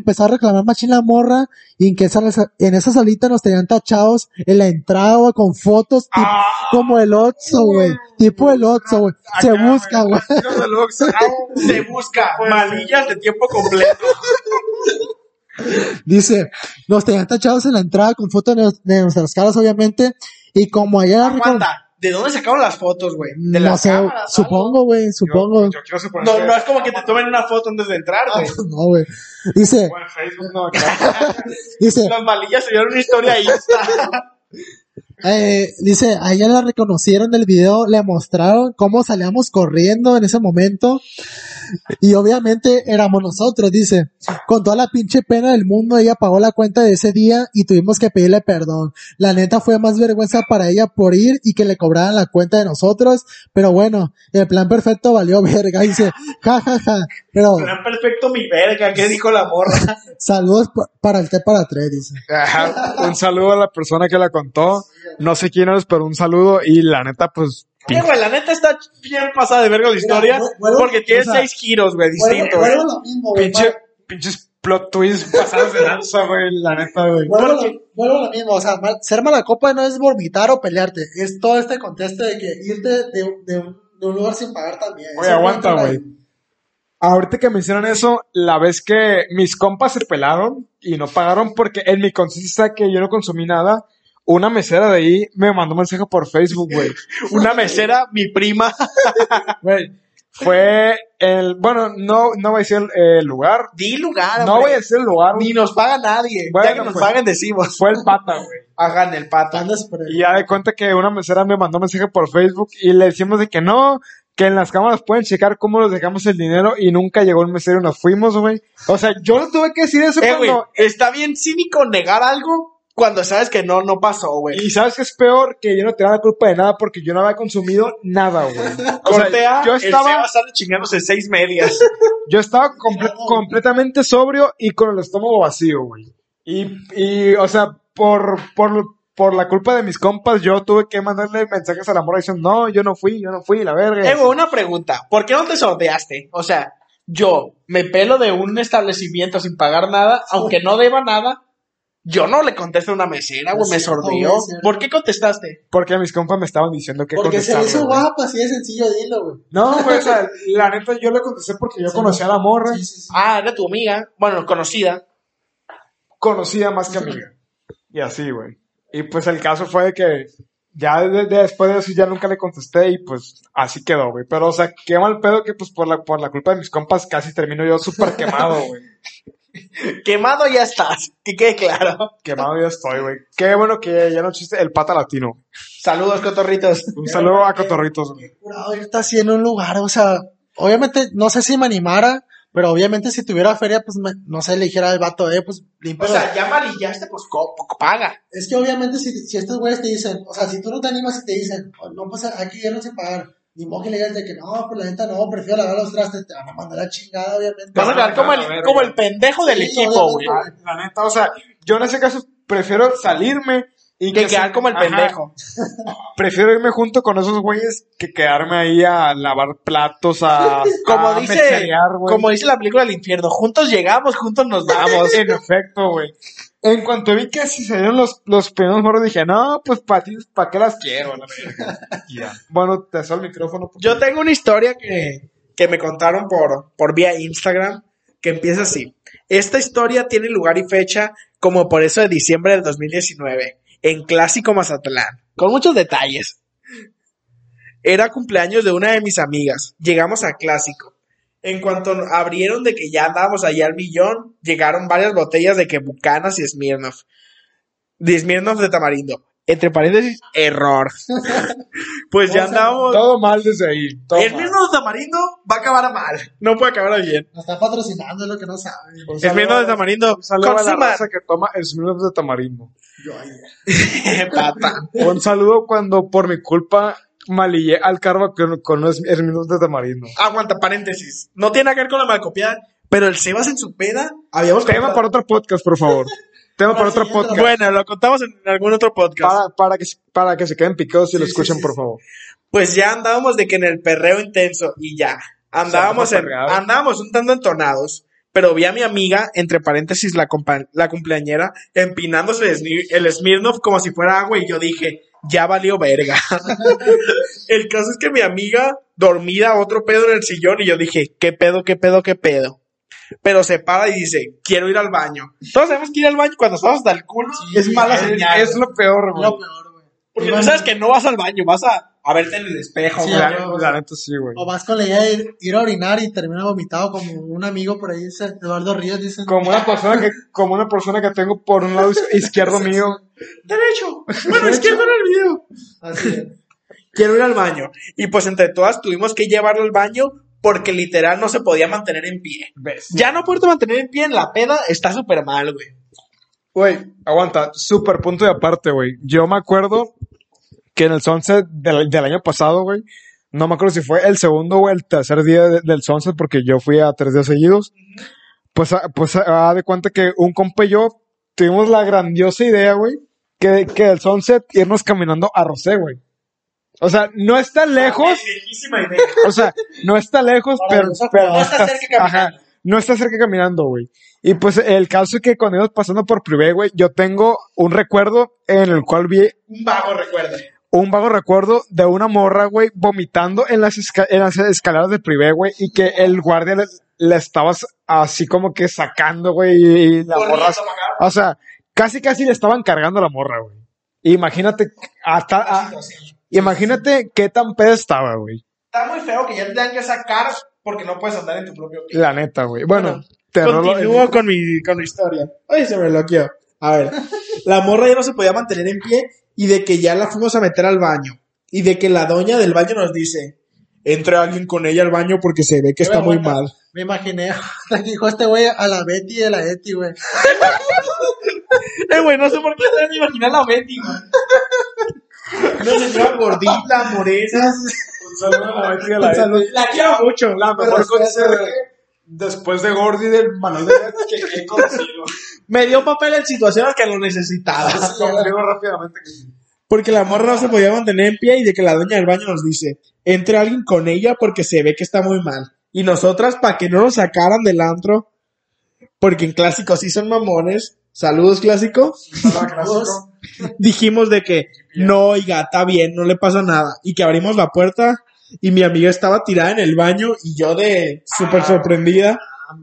machín la morra, y en esa salita nos tenían tachados en la entrada, güey, con fotos Ah, como el Otso, güey. Tipo el Otso, güey. Se acá, busca, güey. Se busca malillas de tiempo completo. Dice, nos tenían tachados en la entrada con fotos de nuestras caras, obviamente, y como allá... Aguanta, ¿de dónde sacaron las fotos, güey? ¿De No las sé, cámaras? supongo, güey, supongo. Yo quiero suponer No, que- no es como que te tomen una foto antes de entrar, güey. No, güey. Dice, Bueno, Facebook no, claro. dice, Las malillas subieron una historia a Insta. dice, a ella la reconocieron del video, le mostraron cómo salíamos corriendo en ese momento. Y obviamente éramos nosotros, dice. Con toda la pinche pena del mundo, ella pagó la cuenta de ese día y tuvimos que pedirle perdón. La neta fue más vergüenza para ella por ir y que le cobraran la cuenta de nosotros. Pero bueno, el plan perfecto valió verga. Dice, ja, ja, ja. Pero Plan perfecto, mi verga. ¿Qué dijo la morra? saludos para el té para tres, dice. Ajá, un saludo a la persona que la contó. No sé quién eres, pero un saludo. Y la neta, pues, Güey, la neta está bien pasada de verga la historia. vuelvo- Porque tiene o sea, 6 giros, güey, distintos. Vuelvo a lo mismo, güey. pinches plot twists pasados de lanza, güey. La neta, güey. Vuelvo a lo mismo, o sea, ser mala copa no es vomitar o pelearte, es todo este contexto de que irte de un lugar sin pagar también. Oye, Eso aguanta, entra güey. ahí. Ahorita que me hicieron eso, la vez que mis compas se pelaron y no pagaron porque en mi conciencia está que yo no consumí nada, una mesera de ahí me mandó un mensaje por Facebook, güey. Una mesera, mi prima. Güey, fue bueno, no voy a decir el lugar. Di lugar, No hombre. voy a decir el lugar. Ni nos paga nadie. Bueno, Ya que nos pues. paguen, decimos. Fue el pata, güey. Hagan el pata. Andas por ahí. Y ya de cuenta que una mesera me mandó un mensaje por Facebook y le decimos de que no, que en las cámaras pueden checar cómo nos dejamos el dinero y nunca llegó el mesero y nos fuimos, güey. O sea, yo no tuve que decir eso Güey, cuando... está bien cínico negar algo cuando sabes que no pasó, güey. Y sabes que es peor que yo no tenía la culpa de nada porque yo no había consumido nada, güey. O Corte sea, A, yo el Seba estaba, sale chingándose 6 medias. yo estaba completamente sobrio y con el estómago vacío, güey. Y, o sea, por la culpa de mis compas, yo tuve que mandarle mensajes a la morra diciendo, no, yo no fui, la verga. Güey, una pregunta. ¿Por qué no te sordeaste? O sea, yo me pelo de un establecimiento sin pagar nada, aunque no deba nada. Yo no le contesto a una mesera, güey, me Es cierto, sordeó. güey, es cierto. ¿Por qué contestaste? Porque mis compas me estaban diciendo que Porque se le hizo contestarle, güey. guapa, así de sencillo, dilo, güey. No, güey, o sea, la neta yo le contesté porque yo Sí, conocía a la morra, Sí, sí, sí. Ah, era tu amiga. Bueno, conocida. conocía más que amiga. Y así, güey. Y pues el caso fue de que ya después de eso ya nunca le contesté y pues así quedó, güey. Pero, o sea, qué mal pedo que pues por la culpa de mis compas casi termino yo súper quemado, güey. Quemado ya estás. Que quede claro. Quemado ya estoy, güey. Qué bueno que ya no existe el pata latino. Saludos, cotorritos. Un saludo a Cotorritos, güey. Curado irte así en un lugar, o sea, obviamente, no sé si me animara, pero obviamente si tuviera feria, pues, no sé, le dijera al vato, pues, O limpio. sea, ya malillaste, pues paga. Es que obviamente si estos güeyes te dicen, o sea, si tú no te animas y te dicen, "Oh, no, pues hay que irnos sin pagar", ni modo que le digas de que no, pues la neta no, prefiero lavar los trastes, te van a mandar la chingada, obviamente. Vas a quedar como a ver, como güey. el pendejo del Sí, equipo, güey. obviamente. La neta, o sea, yo en ese caso prefiero salirme y Que quedar como el Ajá. pendejo. Prefiero irme junto con esos güeyes que quedarme ahí a lavar platos, a Como a dice, meserear, güey. como dice la película del infierno, juntos llegamos, juntos nos vamos. En efecto, güey. En cuanto vi que si salieron los primeros morros, dije, no, pues para ti, ¿para qué las quiero? La verga? Ya. Bueno, te hago el micrófono. porque- Yo tengo una historia que me contaron por vía Instagram, que empieza así. Esta historia tiene lugar y fecha como por eso de diciembre del 2019, en Clásico Mazatlán, con muchos detalles. Era cumpleaños de una de mis amigas. Llegamos a Clásico. En cuanto abrieron de que ya andábamos allá al millón, llegaron varias botellas de que Bucanas y Smirnoff. De Smirnoff de tamarindo. Entre paréntesis, error. Pues ya O sea, andábamos... Todo mal desde ahí. Todo El mal. Smirnoff de tamarindo va a acabar mal. No puede acabar bien. Nos está patrocinando, es lo que no saben. Un El Smirnoff de tamarindo. Un saludo a la Consuma. raza que toma el Smirnoff de tamarindo. Yo ahí. Pata. Un saludo cuando por mi culpa malillé al carro con los Smirnoff de tamarindo. Aguanta, paréntesis. No tiene nada que ver con la malcopiada, pero el Sebas en su peda habíamos Tema comprado- para otro podcast, por favor. Tema para otro podcast. Bueno, lo contamos en algún otro podcast. Para que se queden picados y lo Sí, escuchen, sí, por sí. favor. Pues ya andábamos de que en el perreo intenso y ya. Andábamos un tanto entonados. Pero vi a mi amiga, entre paréntesis la cumpleañera, empinándose el Smirnoff como si fuera agua y yo dije, ya valió verga. El caso es que mi amiga dormida otro pedo en el sillón y yo dije, ¿qué pedo, qué pedo, qué pedo? pero se para y dice, quiero ir al baño. Todos sabemos que ir al baño cuando estamos hasta el culo es mala señal. Es lo peor, güey. Lo peor, güey. Porque tú sabes que no vas al baño, vas a verte en el espejo, Sí, güey. La neta sí, güey. O vas con la idea de ir a orinar y termina vomitado como un amigo por ahí, dice Eduardo Ríos, dice. Como una persona que tengo por un lado izquierdo mío. Derecho. Bueno, izquierdo en el video. Así es. Quiero ir al baño. Y pues entre todas tuvimos que llevarlo al baño porque literal no se podía mantener en pie. ¿Ves? Ya no poderte mantener en pie en la peda está súper mal, güey. Güey, aguanta, súper punto de aparte, güey. Yo me acuerdo que en el Sunset del año pasado, güey, no me acuerdo si fue el segundo o el tercer día del Sunset, porque yo fui a 3 días seguidos. Pues de cuenta que un compa y yo tuvimos la grandiosa idea, güey, que del Sunset irnos caminando a Rosé, güey. O sea, no está lejos, Viejísima idea. o sea, no está lejos, Para pero no está cerca caminando. ajá, no está cerca caminando, güey. Y pues el caso es que cuando íbamos pasando por Privé, güey, yo tengo un recuerdo en el cual vi Un vago recuerdo. un vago recuerdo de una morra, güey, vomitando en las escaleras de Privé, güey, y que el guardia le estaba así como que sacando, güey, y la Corriendo morra, para acá. o sea, casi le estaban cargando a la morra, güey. Imagínate, imagínate qué tan peda estaba, güey. Está muy feo que ya te tengan que sacar porque no puedes andar en tu propio pie. La neta, güey. Bueno, te Continúo con mi historia. Ay, se me bloqueó. A ver, la morra ya no se podía mantener en pie y de que ya la fuimos a meter al baño. Y de que la doña del baño nos dice, entre alguien con ella al baño porque se ve que está muy mal. Me imaginé, dijo este güey a la Betty de la Eti, güey. Güey, no sé por qué se me imaginar a la Betty, güey. Una señora gordita, morena. Un saludo a la Betty de la Un saludo. Eti. La quiero mucho. La mejor conserje después de Gordy del Manuel de que he conocido. Me dio papel en situaciones que lo necesitaba. Confirmo rápidamente que sí. Porque la morra no se podía mantener en pie y de que la doña del baño nos dice, entre alguien con ella porque se ve que está muy mal. Y nosotras, para que no nos sacaran del antro, porque en Clásico sí son mamones, saludos Clásico, dijimos de que, no, oiga, está bien, no le pasa nada. Y que abrimos la puerta y mi amiga estaba tirada en el baño y yo de súper sorprendida.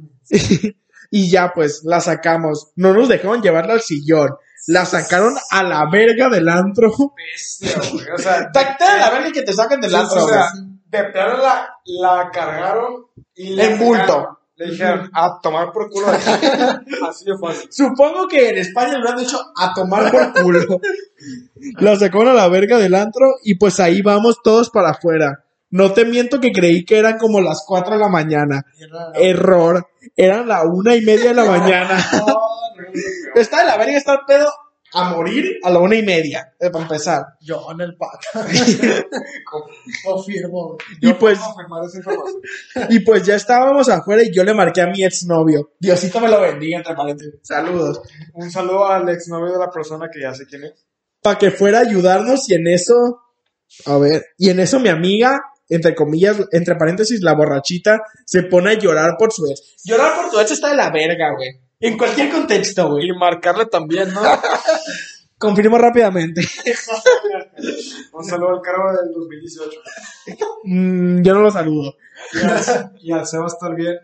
Y ya pues, la sacamos. No nos dejaron llevarla al sillón. La sacaron a la verga del antro. Bestia, güey. O sea, Tacte de la verga y que te saquen del antro, o sea, güey. de plano la cargaron y En bulto. Le dijeron, a tomar por culo. Así de fácil. Supongo que en España lo han dicho a tomar por culo. La sacaron a la verga del antro y pues ahí vamos todos para afuera. No te miento que creí que eran como las 4 de la mañana. Error. Eran la 1:30 de la mañana. Está de la verga, está el pedo a morir a la 1:30. Para empezar. Yo en el pata. Confirmo. Y pues, puedo confirmar esa información. y pues ya estábamos afuera y yo le marqué a mi exnovio. Diosito me lo bendiga, entre paréntesis. Saludos. Un saludo al exnovio de la persona que ya sé quién es. Para que fuera a ayudarnos y en eso, a ver, y en eso mi amiga, entre comillas, entre paréntesis, la borrachita, se pone a llorar por su ex. Llorar por tu ex está de la verga, güey. En cualquier contexto, güey. Y marcarle también, ¿no? Confirmo rápidamente. Un saludo al cargo del 2018. Yo no lo saludo. Y al Sebas también.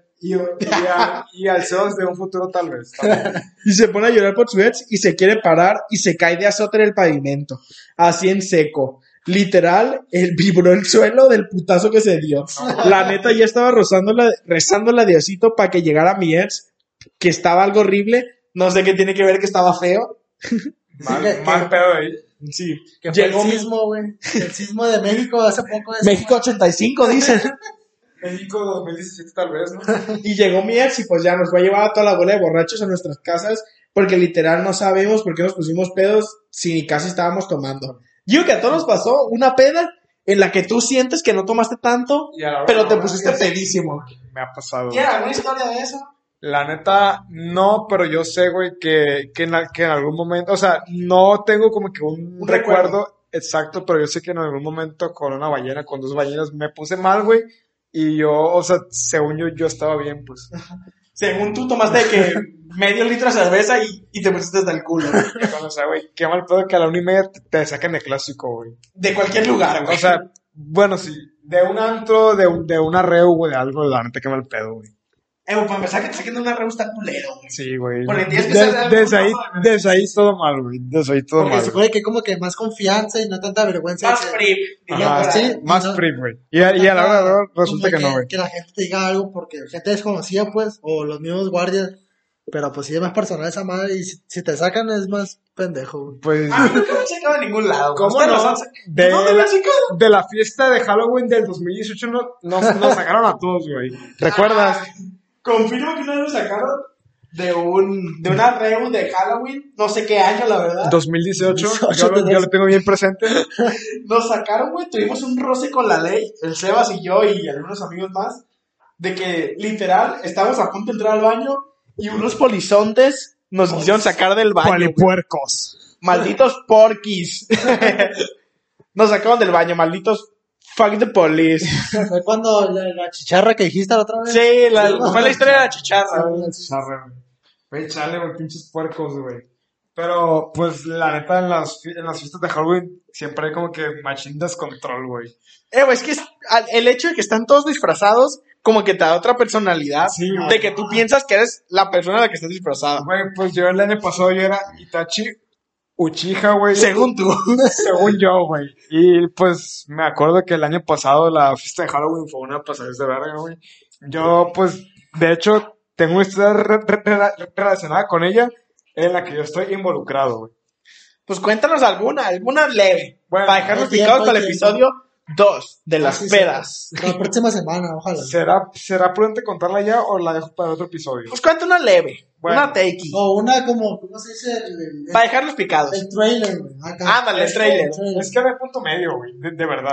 Y al Sebas de un futuro tal vez. Y se pone a llorar por su ex y se quiere parar y se cae de azote en el pavimento. Así en seco. Literal, vibró el suelo del putazo que se dio. La neta ya estaba rezándole a Diosito para que llegara mi ex, que estaba algo horrible. No sé qué tiene que ver que estaba feo. Mal pedo ahí. Sí. Que fue Llegó el sismo, güey. El sismo de México hace poco. México 85, dicen. México 2017 tal vez, ¿no? Y llegó mi ex y pues ya nos fue a llevar a toda la bola de borrachos a nuestras casas porque literal no sabemos por qué nos pusimos pedos si ni casi estábamos tomando. Digo que a todos nos pasó una peda en la que tú sientes que no tomaste tanto, Y a la hora pero de te la pusiste hora, pedísimo. Me ha pasado. ¿Tienes alguna historia de eso? La neta, no, pero yo sé, güey, que en algún momento, o sea, no tengo como que un recuerdo exacto, pero yo sé que en algún momento con una ballena, con 2 ballenas, me puse mal, güey, y yo, o sea, según yo estaba bien, pues. Según tú tomaste de que medio litro de cerveza y te pusiste hasta el culo. O sea, güey, qué mal pedo que a la 1:30 te saquen de Clásico, güey. De cualquier lugar, güey. O sea, bueno, sí, de un antro, de una reu, güey, de algo, la neta, qué mal pedo, güey. Para empezar que te saquen de una revista culero, güey. Sí, güey. Porque tienes que ser Desde ahí todo mal, güey. Desde ahí todo Porque mal. se supone que hay como que más confianza y no tanta vergüenza. Más que- free. Ajá, Sí, más y no- free, güey. Y a la hora de verdad resulta como que no, güey. Que la gente te diga algo porque gente desconocida, pues, o los mismos guardias. Pero pues sí es más personal esa madre y si te sacan es más pendejo, güey. Pues, A mí nunca me han sacado de ningún lado. ¿cómo Ustedes no? los han sacado. De ¿Dónde me han sacado? de la fiesta de Halloween del 2018 nos sacaron a todos, güey. ¿Recuerdas? Confirmo que no nos sacaron de una reu de Halloween, no sé qué año, la verdad. 2018, yo lo tengo bien presente. Nos sacaron, güey, tuvimos un roce con la ley, el Sebas y yo y algunos amigos más, de que literal estábamos a punto de entrar al baño y unos polizontes nos quisieron sacar del baño. güey. Polipuercos. Malditos porquis. Nos sacaron del baño, malditos fuck the police. Fue cuando la chicharra que dijiste la otra vez. Sí, fue la historia de la chicharra. Güey, chale, güey, pinches puercos, güey. Pero, pues, la neta, en las fiestas de Halloween siempre hay como que machín descontrol, güey. Güey, es que el hecho de que están todos disfrazados, como que te da otra personalidad. Sí, güey. De que tú piensas que eres la persona a la que estás disfrazado. Güey, pues yo el año pasado yo era Itachi Uchiha, güey. Según tú. Según yo, güey. Y pues me acuerdo que el año pasado la fiesta de Halloween fue una pasadez de verga, güey. Yo, pues, de hecho, tengo una historia relacionada con ella en la que yo estoy involucrado, güey. Pues cuéntanos alguna leve. Bueno, para dejarnos hay tiempo, picados para el hay episodio 2 de las Sí, sí, pedas. La próxima semana, ojalá. ¿Será prudente contarla ya o la dejo para otro episodio? Pues cuenta una leve. Bueno. Una takey. O una como, ¿cómo se dice? Para dejarnos picados. El trailer, güey. Acá. Ándale, el trailer. Es que no hay punto medio, güey. De verdad.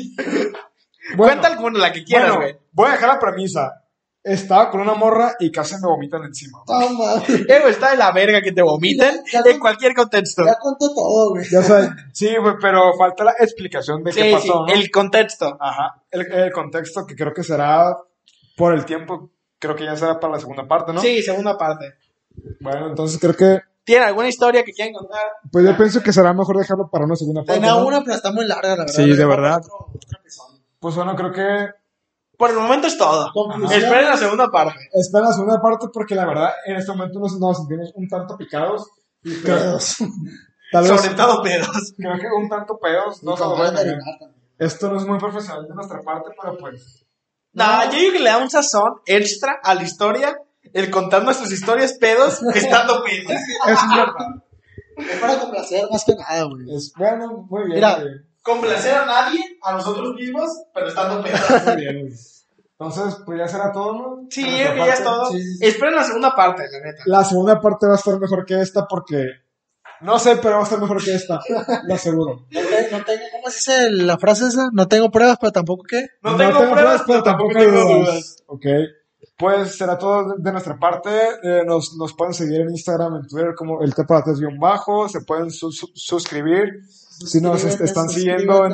Cuenta alguna, la que quieras, bueno, güey. voy a dejar la premisa. Estaba con una morra y casi me vomitan encima. Toma. Güey, está de la verga que te vomiten Ya en cualquier contexto. Ya contó todo, güey. Ya sabes. Sí, güey, pero falta la explicación de qué Sí, pasó, ¿no? el contexto. Ajá. El contexto que creo que será por el tiempo, creo que ya será para la segunda parte, ¿no? Sí, segunda parte. Bueno, entonces creo que, ¿Tienen alguna historia que quieran contar? pues yo pienso que será mejor dejarlo para una segunda parte. Tenía ¿no? una, pero está muy larga, la verdad. Sí, de verdad. Otro episodio. Pues bueno, creo que Por el momento es todo. Conclusión. Esperen la segunda parte. espera la segunda parte porque la verdad en este momento nos sentimos un tanto picados y Pedos. tal vez Sobre todo pedos. creo que un tanto pedos Y no se con lo ganas voy a de negar. orinar también. Esto no es muy profesional de nuestra parte, pero pues No, yo digo que le da un sazón extra a la historia el contar nuestras historias pedos estando pedos. es verdad. Es para complacer más que nada, güey. Es bueno, muy bien. Mira, güey. Complacer a nadie, a nosotros mismos, pero estando pedos. Muy bien, güey. Entonces, pues ya será todo, ¿no? Sí, De yo nuestra creo que ya es parte. todo. Sí, sí, sí. Esperen la segunda parte, la neta. La segunda parte va a estar mejor que esta porque no sé, pero va a estar mejor que esta, lo aseguro. No tengo, ¿cómo se dice la frase esa? No tengo pruebas, pero tampoco qué. No tengo pruebas, pero tampoco tengo dudas. Ok. Pues será todo de nuestra parte. Nos pueden seguir en Instagram, en Twitter como el T-Bajo. Se pueden suscribir. Si nos están siguiendo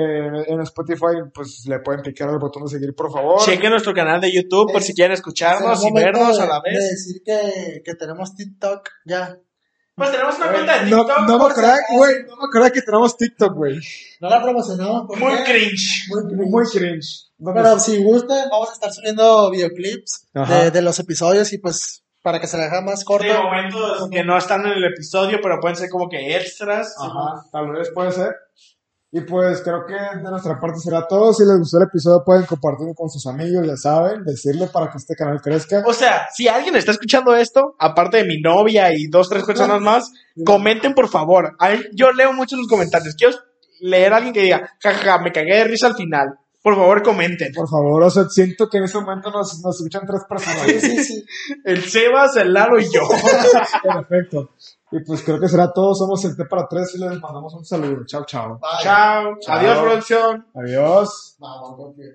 en Spotify, pues le pueden picar al botón de seguir, por favor. Chequen nuestro canal de YouTube por si quieren escucharnos y Es momento vernos de- a la de vez. decir que tenemos TikTok ya. Pues tenemos una cuenta de No, TikTok no me por si acordaba, acaso. güey, no me acordaba que tenemos TikTok, güey. No la promocionamos porque... muy cringe. Muy cringe. Pero si gustan, vamos a estar subiendo videoclips Ajá. de los episodios y pues para que se la haga más corto. De momentos que no están en el episodio, pero pueden ser como que extras. Ajá, tal vez puede ser. Y pues creo que de nuestra parte será todo. Si les gustó el episodio pueden compartirlo con sus amigos, ya saben, decirle para que este canal crezca. O sea, si alguien está escuchando esto, aparte de mi novia y 2-3 personas más, comenten por favor. Yo leo mucho los comentarios. Quiero leer a alguien que diga, jajaja, me cagué de risa al final. Por favor, comenten. Por favor, o sea, siento que en este momento nos escuchan 3 personas. Sí. El Sebas, el Lalo y yo. Perfecto. Y pues creo que será todo. Somos el T para 3 y les mandamos un saludo. Chao, chao. Bye. Chao. Chao. Adiós, producción. Adiós. Vamos, porque-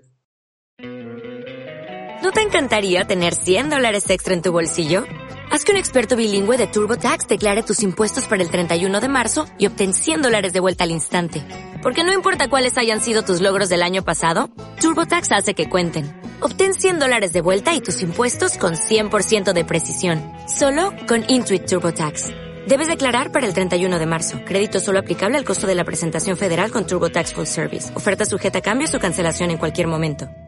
¿No te encantaría tener $100 extra en tu bolsillo? Haz que un experto bilingüe de TurboTax declare tus impuestos para el 31 de marzo y obtén $100 de vuelta al instante. Porque no importa cuáles hayan sido tus logros del año pasado, TurboTax hace que cuenten. Obtén $100 de vuelta y tus impuestos con 100% de precisión. Solo con Intuit TurboTax. Debes declarar para el 31 de marzo. Crédito solo aplicable al costo de la presentación federal con TurboTax Full Service. Oferta sujeta a cambios o cancelación en cualquier momento.